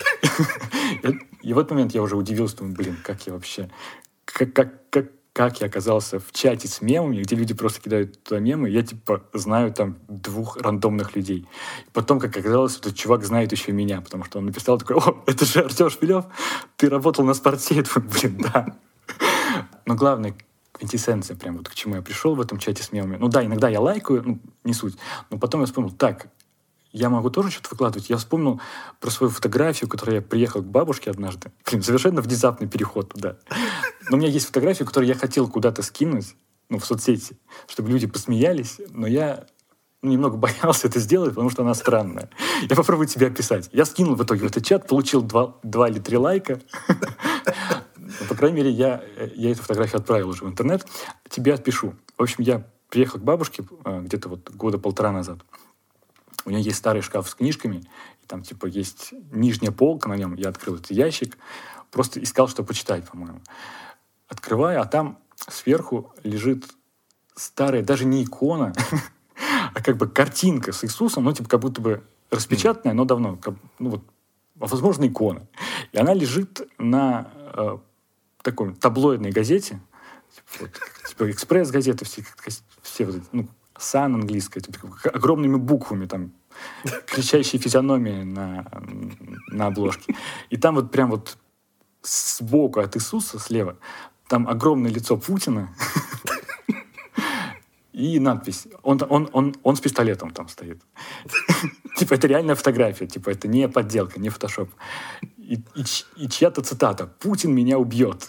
И в этот момент я уже удивился, думаю, как я вообще... Как я оказался в чате с мемами, где люди просто кидают туда мемы, я знаю там 2 рандомных людей. И потом, как оказалось, этот чувак знает еще и меня, потому что он написал такой, это же Артем Шпилев, ты работал на «Спорте». Я думаю, да. Но главное, квинтэссенция, прям к чему я пришел в этом чате с мемами. Иногда я лайкаю, не суть. Но потом я вспомнил, я могу тоже что-то выкладывать. Я вспомнил про свою фотографию, которой я приехал к бабушке однажды. Совершенно внезапный переход туда. Но у меня есть фотография, которую я хотел куда-то скинуть, в соцсети, чтобы люди посмеялись, но я немного боялся это сделать, потому что она странная. Я попробую тебе описать. Я скинул в итоге в этот чат, получил 2 или 3 лайка. По крайней мере, я эту фотографию отправил уже в интернет. Тебе отпишу. В общем, я приехал к бабушке где-то 1.5 года назад. У нее есть старый шкаф с книжками, и там есть нижняя полка на нем. Я открыл этот ящик, просто искал, что почитать, по-моему. Открываю, а там сверху лежит старая, даже не икона, а картинка с Иисусом, как будто бы распечатанная, но давно, возможно, икона. И она лежит на такой таблоидной газете, экспресс-газеты, все «Сан» английская, огромными буквами, там, кричащие физиономии на обложке. И там прям сбоку от Иисуса, слева, там огромное лицо Путина и надпись. Он с пистолетом там стоит. Это реальная фотография, это не подделка, не фотошоп. И чья-то цитата: «Путин меня убьет».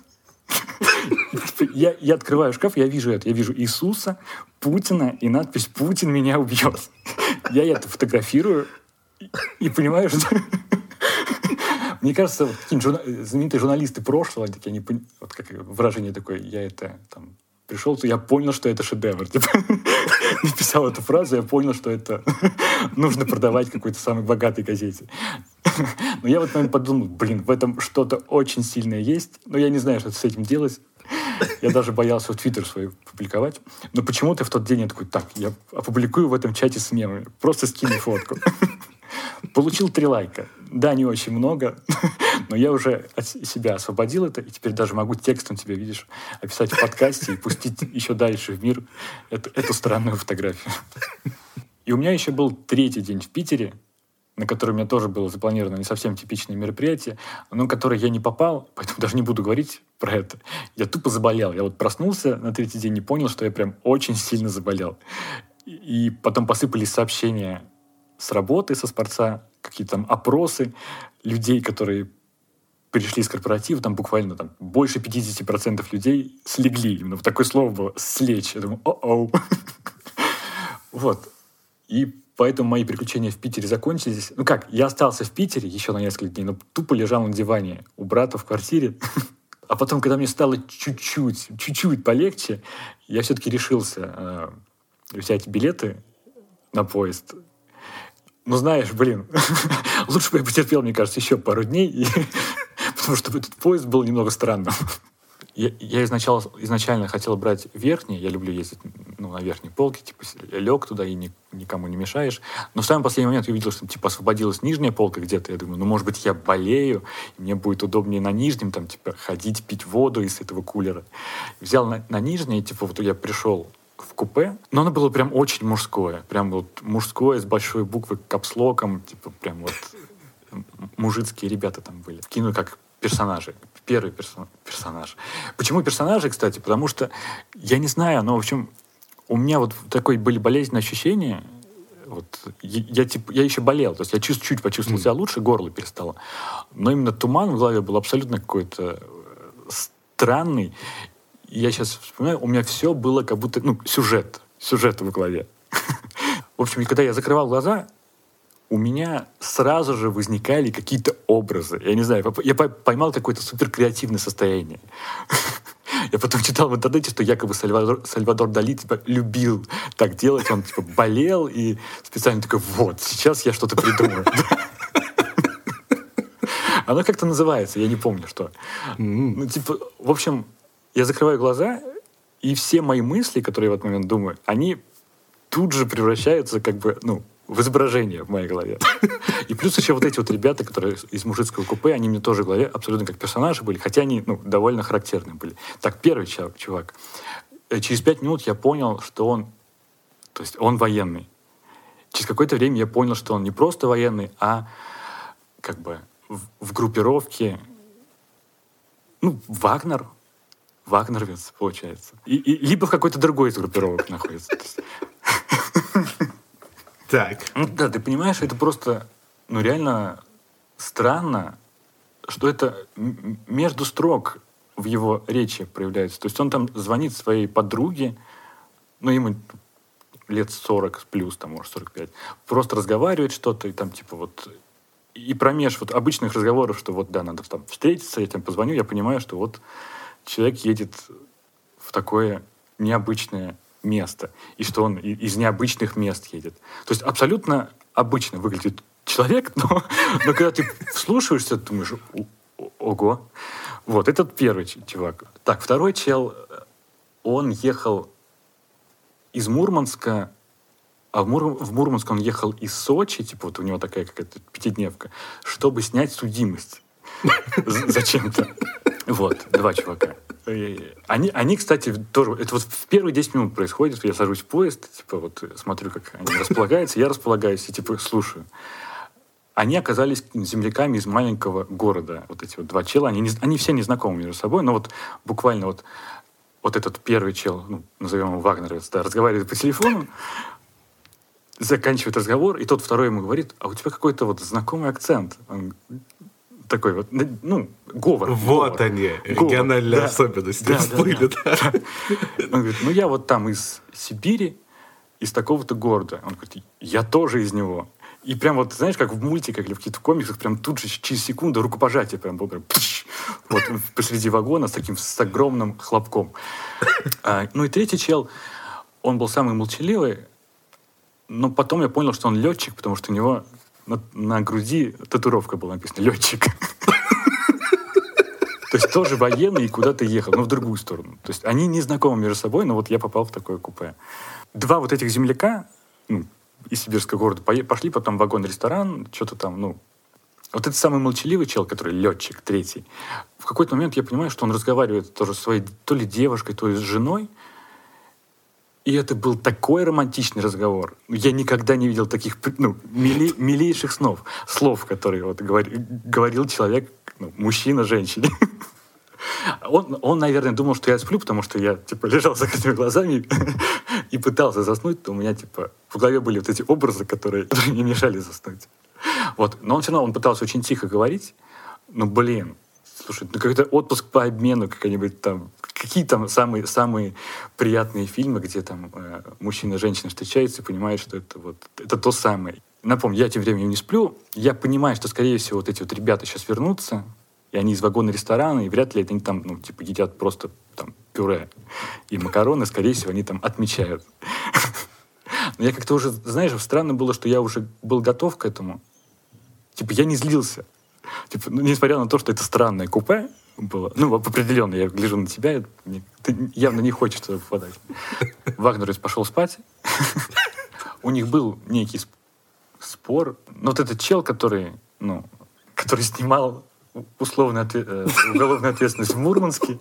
Я открываю шкаф, я вижу это. Я вижу Иисуса, Путина и надпись «Путин меня убьет». Я это фотографирую и понимаю, что... Мне кажется, какие-нибудь знаменитые журналисты прошлого, как выражение такое, я это пришел, я понял, что это шедевр. Написал эту фразу, я понял, что это нужно продавать какой-то самой богатой газете. Но я в этот момент подумал, в этом что-то очень сильное есть, но я не знаю, что с этим делать. Я даже боялся в Твиттер свой публиковать. Но почему-то в тот день я такой, я опубликую в этом чате с мемами. Просто скину фотку. Получил 3 лайка. Да, не очень много, но я уже от себя освободил это, и теперь даже могу текстом тебе, видишь, описать в подкасте и пустить еще дальше в мир эту странную фотографию. И у меня еще был 3-й день в Питере, на который у меня тоже было запланировано не совсем типичное мероприятие, но на которое я не попал, поэтому даже не буду говорить про это. Я тупо заболел. Я проснулся на 3-й день и понял, что я прям очень сильно заболел. И потом посыпались сообщения с работы, со Спорца, какие-то там опросы людей, которые пришли с корпоратива, там буквально там, больше 50% людей слегли. Именно вот такое слово было «слечь». Я думаю, о-оу. Вот. И поэтому мои приключения в Питере закончились. Ну как, я остался в Питере еще на несколько дней, но тупо лежал на диване у брата в квартире. А потом, когда мне стало чуть-чуть полегче, я все-таки решился взять билеты на поезд. Ну, знаешь, лучше бы я потерпел, мне кажется, еще пару дней, потому что этот поезд был немного странным. Я изначально хотел брать верхний, я люблю ездить на верхней полке, типа лег туда и никому не мешаешь. Но в самый последний момент я увидел, что типа освободилась нижняя полка где-то. Я думаю, может быть, я болею, и мне будет удобнее на нижнем там типа ходить, пить воду из этого кулера. Взял на нижнее, типа вот я пришел в купе, но оно было прям очень мужское. Прям вот мужское с большой буквы капслоком, типа прям вот мужицкие ребята там были. В кино как персонажи. Первый персонаж. Почему персонажи, кстати? Потому что, я не знаю, но, в общем, у меня вот такое были болезненные ощущения. Вот, я еще болел, то есть я чуть-чуть почувствовал себя лучше, горло перестало. Но именно туман в голове был абсолютно какой-то странный. И я сейчас вспоминаю, у меня все было как будто, сюжет в голове. В общем, и когда я закрывал глаза, у меня сразу же возникали какие-то образы. Я не знаю, я поймал какое-то суперкреативное состояние. Я потом читал в интернете, что якобы Сальвадор Дали типа любил так делать. Он типа болел и специально такой, вот, сейчас я что-то придумаю. Оно как-то называется, я не помню, что. Ну, типа, в общем, я закрываю глаза, и все мои мысли, которые я в этот момент думаю, они тут же превращаются как бы, в изображение в моей голове. И плюс еще вот эти вот ребята, которые из мужицкого купе, они мне тоже в голове абсолютно как персонажи были, хотя они, довольно характерные были. Так, первый чувак. Через 5 минут я понял, что он военный. Через какое-то время я понял, что он не просто военный, а как бы в группировке, вагнеровец, получается. Либо в какой-то другой из группировок находится.
Так.
Да, ты понимаешь, это просто, реально странно, что это между строк в его речи проявляется. То есть он там звонит своей подруге, ему лет 40 плюс, там, может, 45, просто разговаривает что-то, и там, типа, вот, и промеж вот обычных разговоров, что вот, да, надо там встретиться, я тебе позвоню, я понимаю, что вот человек едет в такое необычное место, и что он из необычных мест едет. То есть абсолютно обычно выглядит человек, но когда ты вслушиваешься, ты думаешь, ого. Вот, этот первый чувак. Так, второй чел, он ехал из Мурманска, а в Мурманск он ехал из Сочи, типа вот у него такая какая-то пятидневка, чтобы снять судимость зачем-то. Вот, 2 чувака. Они, кстати, тоже... Это вот в первые 10 минут происходит. Я сажусь в поезд, типа вот смотрю, как они располагаются, я располагаюсь и типа слушаю. Они оказались земляками из маленького города. Вот эти вот 2 чела. Они все не знакомы между собой, но вот буквально вот этот первый чел, назовем его вагнеровец, да, разговаривает по телефону, заканчивает разговор, и тот второй ему говорит, а у тебя какой-то вот знакомый акцент. Он такой вот, говор.
Вот они, региональные особенности всплыли.
Да. Он говорит, я вот там из Сибири, из такого-то города. Он говорит, я тоже из него. И прям вот, знаешь, как в мультиках или в каких-то комиксах, прям тут же через секунду рукопожатие прям было, вот посреди вагона с огромным хлопком. И третий чел, он был самый молчаливый, но потом я понял, что он летчик, потому что у него на груди татуировка была написана «летчик». То есть тоже военный и куда-то ехал, но в другую сторону. То есть они не знакомы между собой, но вот я попал в такое купе. 2 вот этих земляка из сибирского города пошли потом в вагон-ресторан, что-то там, Вот этот самый молчаливый чел, который летчик, третий, в какой-то момент я понимаю, что он разговаривает тоже со своей то ли девушкой, то ли с женой. И это был такой романтичный разговор. Я никогда не видел таких милейших слов, которые вот говорил человек, мужчина женщине. Он, наверное, думал, что я сплю, потому что я, типа, лежал с закрытыми глазами и пытался заснуть, то у меня, типа, в голове были вот эти образы, которые мне мешали заснуть. Вот. Но он все равно, он пытался очень тихо говорить. Ну, блин, слушай, ну какой-то отпуск по обмену, какой-нибудь там, какие там самые приятные фильмы, где там мужчина и женщина встречаются и понимают, что это то самое. Напомню, я тем временем не сплю. Я понимаю, что, скорее всего, вот эти вот ребята сейчас вернутся, и они из вагона ресторана, и вряд ли это они там, ну, типа, едят просто там пюре и макароны, скорее всего, они там отмечают. Но я как-то уже, знаешь, странно было, что я уже был готов к этому. Типа, я не злился. Типа, ну, несмотря на то, что это странное купе было, ну, определенно, я гляжу на тебя, ты явно не хочешь туда попадать. Вагнеровец пошел спать. У них был некий спор. Но вот этот чел, который снимал уголовную ответственность в Мурманске,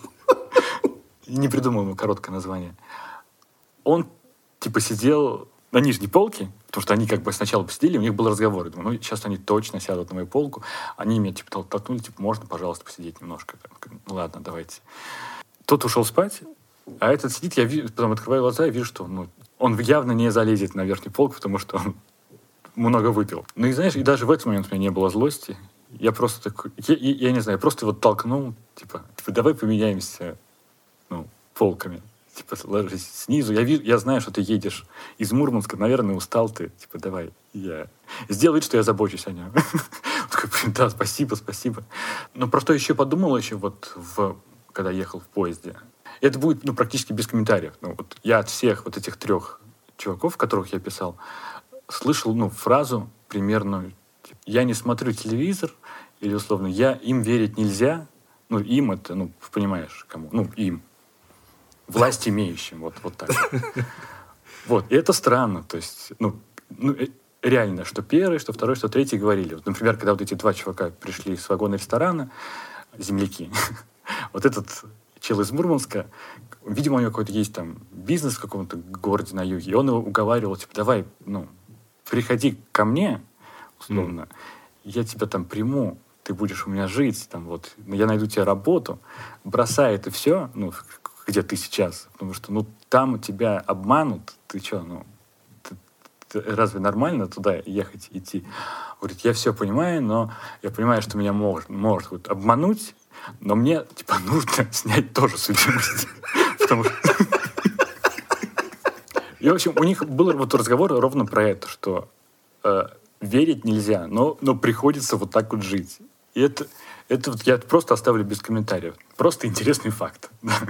не придумал ему короткое название, он, типа, сидел на нижней полке, потому что они как бы сначала посидели, у них был разговор. Я думаю, ну, сейчас они точно сядут на мою полку. Они меня, типа, толкнули, типа, можно, пожалуйста, посидеть немножко? Ну, ладно, давайте. Тот ушел спать, а этот сидит, я вижу, потом открываю глаза и вижу, что он явно не залезет на верхнюю полку, потому что он много выпил. Ну, и знаешь, и даже в этот момент у меня не было злости. Я просто такой, я не знаю, я просто его толкнул, типа, давай поменяемся, ну, полками. Типа, ложись снизу. Я знаю, что ты едешь из Мурманска, наверное, устал ты. Типа, давай, сделай вид, что я забочусь о нем. Такой, да, спасибо. Но про что еще подумал когда ехал в поезде. Это будет, ну, практически без комментариев. Ну, вот я от всех вот этих 3 чуваков, которых я писал, слышал, ну, фразу примерную. Типа, я не смотрю телевизор, или, условно, им верить нельзя. Ну, им это, ну, понимаешь, кому? Ну, им. Власть имеющим, вот так. Вот, и это странно, то есть, реально, что первый, что второй, что третий говорили. Вот, например, когда вот эти 2 чувака пришли с вагона ресторана, земляки, вот этот чел из Мурманска, видимо, у него какой-то есть там бизнес в каком-то городе на юге, и он его уговаривал, типа, давай, ну, приходи ко мне, условно, я тебя там приму, ты будешь у меня жить, там вот, я найду тебе работу, бросай это все, ну, где ты сейчас, потому что, ну, там тебя обманут, ты что, ну, разве нормально туда ехать, идти? Говорит, я все понимаю, но я понимаю, что меня может вот, обмануть, но мне, типа, нужно снять тоже судимость. Потому что... И, в общем, у них был вот разговор ровно про это, что верить нельзя, но приходится вот так вот жить. И это вот я просто оставлю без комментариев. Просто интересный факт.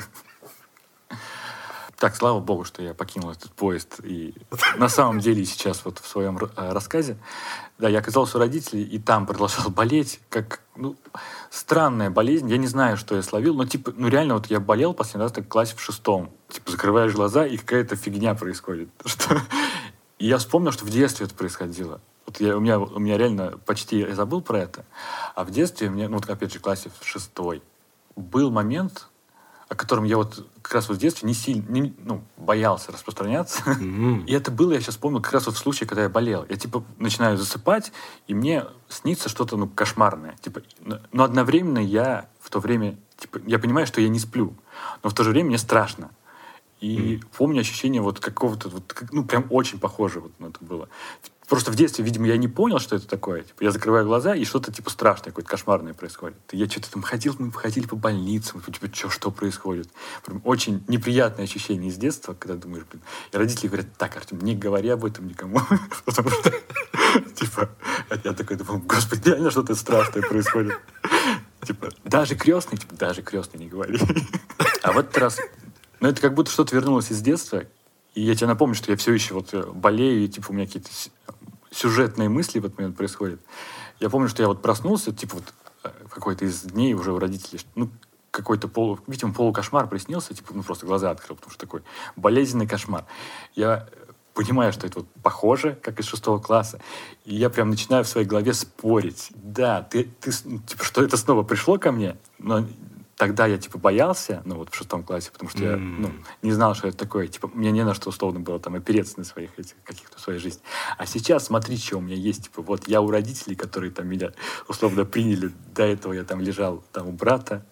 Так, слава богу, что я покинул этот поезд. И на самом деле сейчас вот в своем рассказе, да, я оказался у родителей, и там продолжал болеть, как, ну, странная болезнь. Я не знаю, что я словил, но, типа, ну, реально, вот я болел последний раз так в классе в 6. Типа, закрываешь глаза, и какая-то фигня происходит. И я вспомнил, что в детстве это происходило. Вот у меня реально почти я забыл про это. А в детстве, ну, вот опять же, в классе в 6 был момент, о котором я вот как раз вот в детстве не сильно, боялся распространяться. И это было, я сейчас помню, как раз вот в случае, когда я болел. Я, типа, начинаю засыпать, и мне снится что-то, ну, кошмарное. Типа, но одновременно я в то время, типа, я понимаю, что я не сплю, но в то же время мне страшно. И помню ощущение вот какого-то, вот, ну, прям очень похоже вот на это было. Просто в детстве, видимо, я не понял, что это такое. Типа, я закрываю глаза, и что-то типа страшное, какое-то кошмарное происходит. И я что-то там мы ходили по больницам, типа, что происходит. Прям очень неприятное ощущение из детства, когда думаешь, блин. И родители говорят, так, Артем, не говори об этом никому. Потому что, типа, я такой думал, господи, реально что-то страшное происходит. Типа, даже крестный не говори. А в этот раз, ну, это как будто что-то вернулось из детства. И я тебе напомню, что я все еще вот болею, и типа у меня какие-то сюжетные мысли в этот момент происходят. Я помню, что я вот проснулся, типа вот в какой-то из дней уже у родителей, ну, какой-то видимо, полукошмар приснился, типа, ну, просто глаза открыл, потому что такой болезненный кошмар. Я понимаю, что это вот похоже, как из 6 класса, и я прям начинаю в своей голове спорить. Да, ты типа, что это снова пришло ко мне, но тогда я, типа, боялся, ну, вот в 6 классе, потому что я, ну, не знал, что это такое. Типа, мне не на что, условно, было там опереться на своих каких-то своей жизни. А сейчас смотри, что у меня есть. Типа, вот я у родителей, которые там меня, условно, приняли. До этого я там лежал там у брата,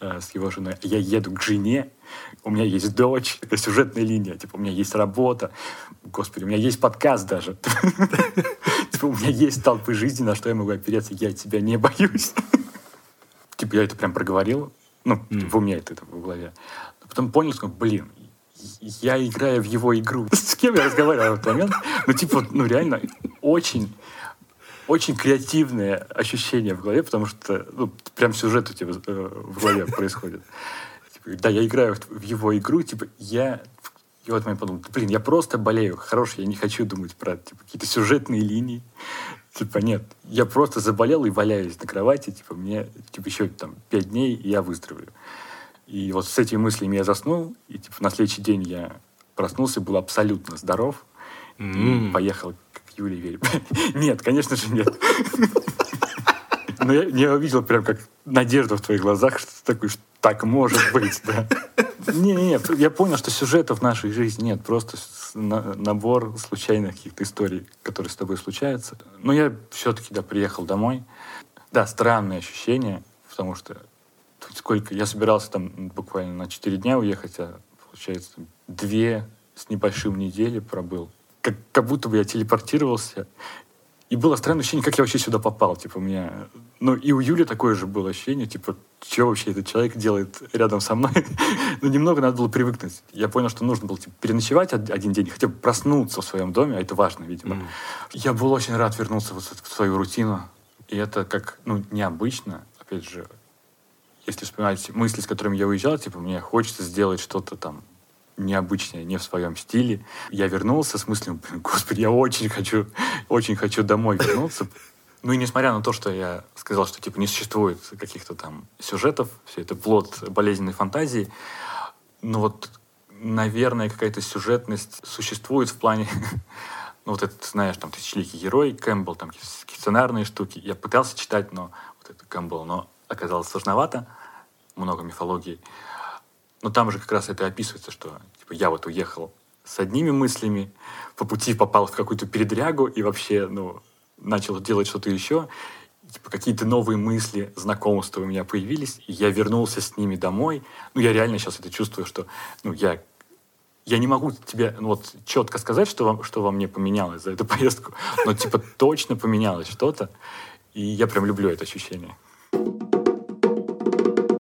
с его женой. Я еду к жене, у меня есть дочь, это сюжетная линия, типа, у меня есть работа, господи, у меня есть подкаст даже. Типа, у меня есть столпы жизни, на что я могу опереться, я тебя не боюсь. Типа, я это прям проговорил, в уме это в голове. Потом понял, что, я играю в его игру. С кем я разговаривал в этот момент? Реально, очень, очень креативное ощущение в голове, потому что, прям сюжет у тебя в голове происходит. Типа, да, я играю в его игру, типа, и в этот момент подумал, я просто болею, я не хочу думать про какие-то сюжетные линии. Типа, нет, я просто заболел и валяюсь на кровати, типа, мне, еще 5 дней, и я выздоровлю. И вот с этими мыслями я заснул, и, на следующий день я проснулся, был абсолютно здоров, и поехал к Юле Вере. Нет, конечно же, нет. Но я увидел прям как надежду в твоих глазах, что такое, что так может быть, да. Не, я понял, что сюжета в нашей жизни нет, просто набор случайных каких-то историй, которые с тобой случаются. Но я все-таки, приехал домой. Да, странное ощущение, потому что я собирался буквально на 4 дня уехать, а получается 2 с небольшим недели пробыл. Как будто бы я телепортировался. И было странное ощущение, как я вообще сюда попал. Типа, у меня... и у Юли такое же было ощущение, типа, что вообще этот человек делает рядом со мной? Немного надо было привыкнуть. Я понял, что нужно было переночевать один день, хотя бы проснуться в своем доме, а это важно, видимо. Я был очень рад вернуться в свою рутину. И это как, необычно. Опять же, если вспоминать мысли, с которыми я уезжал, типа, мне хочется сделать что-то необычное, не в своем стиле. Я вернулся с мыслью, господи, я очень хочу домой вернуться. И несмотря на то, что я сказал, что не существует каких-то сюжетов, все это плод болезненной фантазии, наверное, какая-то сюжетность существует в плане... этот, знаешь, «Тысячеликий герой», Кэмпбелл, сценарные штуки. Я пытался читать, но это Кэмпбелл, но оказалось сложновато, много мифологии. Но там же как раз это описывается, что я уехал с одними мыслями, по пути попал в какую-то передрягу и вообще, начал делать что-то еще. Какие-то новые мысли, знакомства у меня появились, и я вернулся с ними домой. Я реально сейчас это чувствую, что я не могу тебе четко сказать, что во мне поменялось за эту поездку, но точно поменялось что-то, и я прям люблю это ощущение.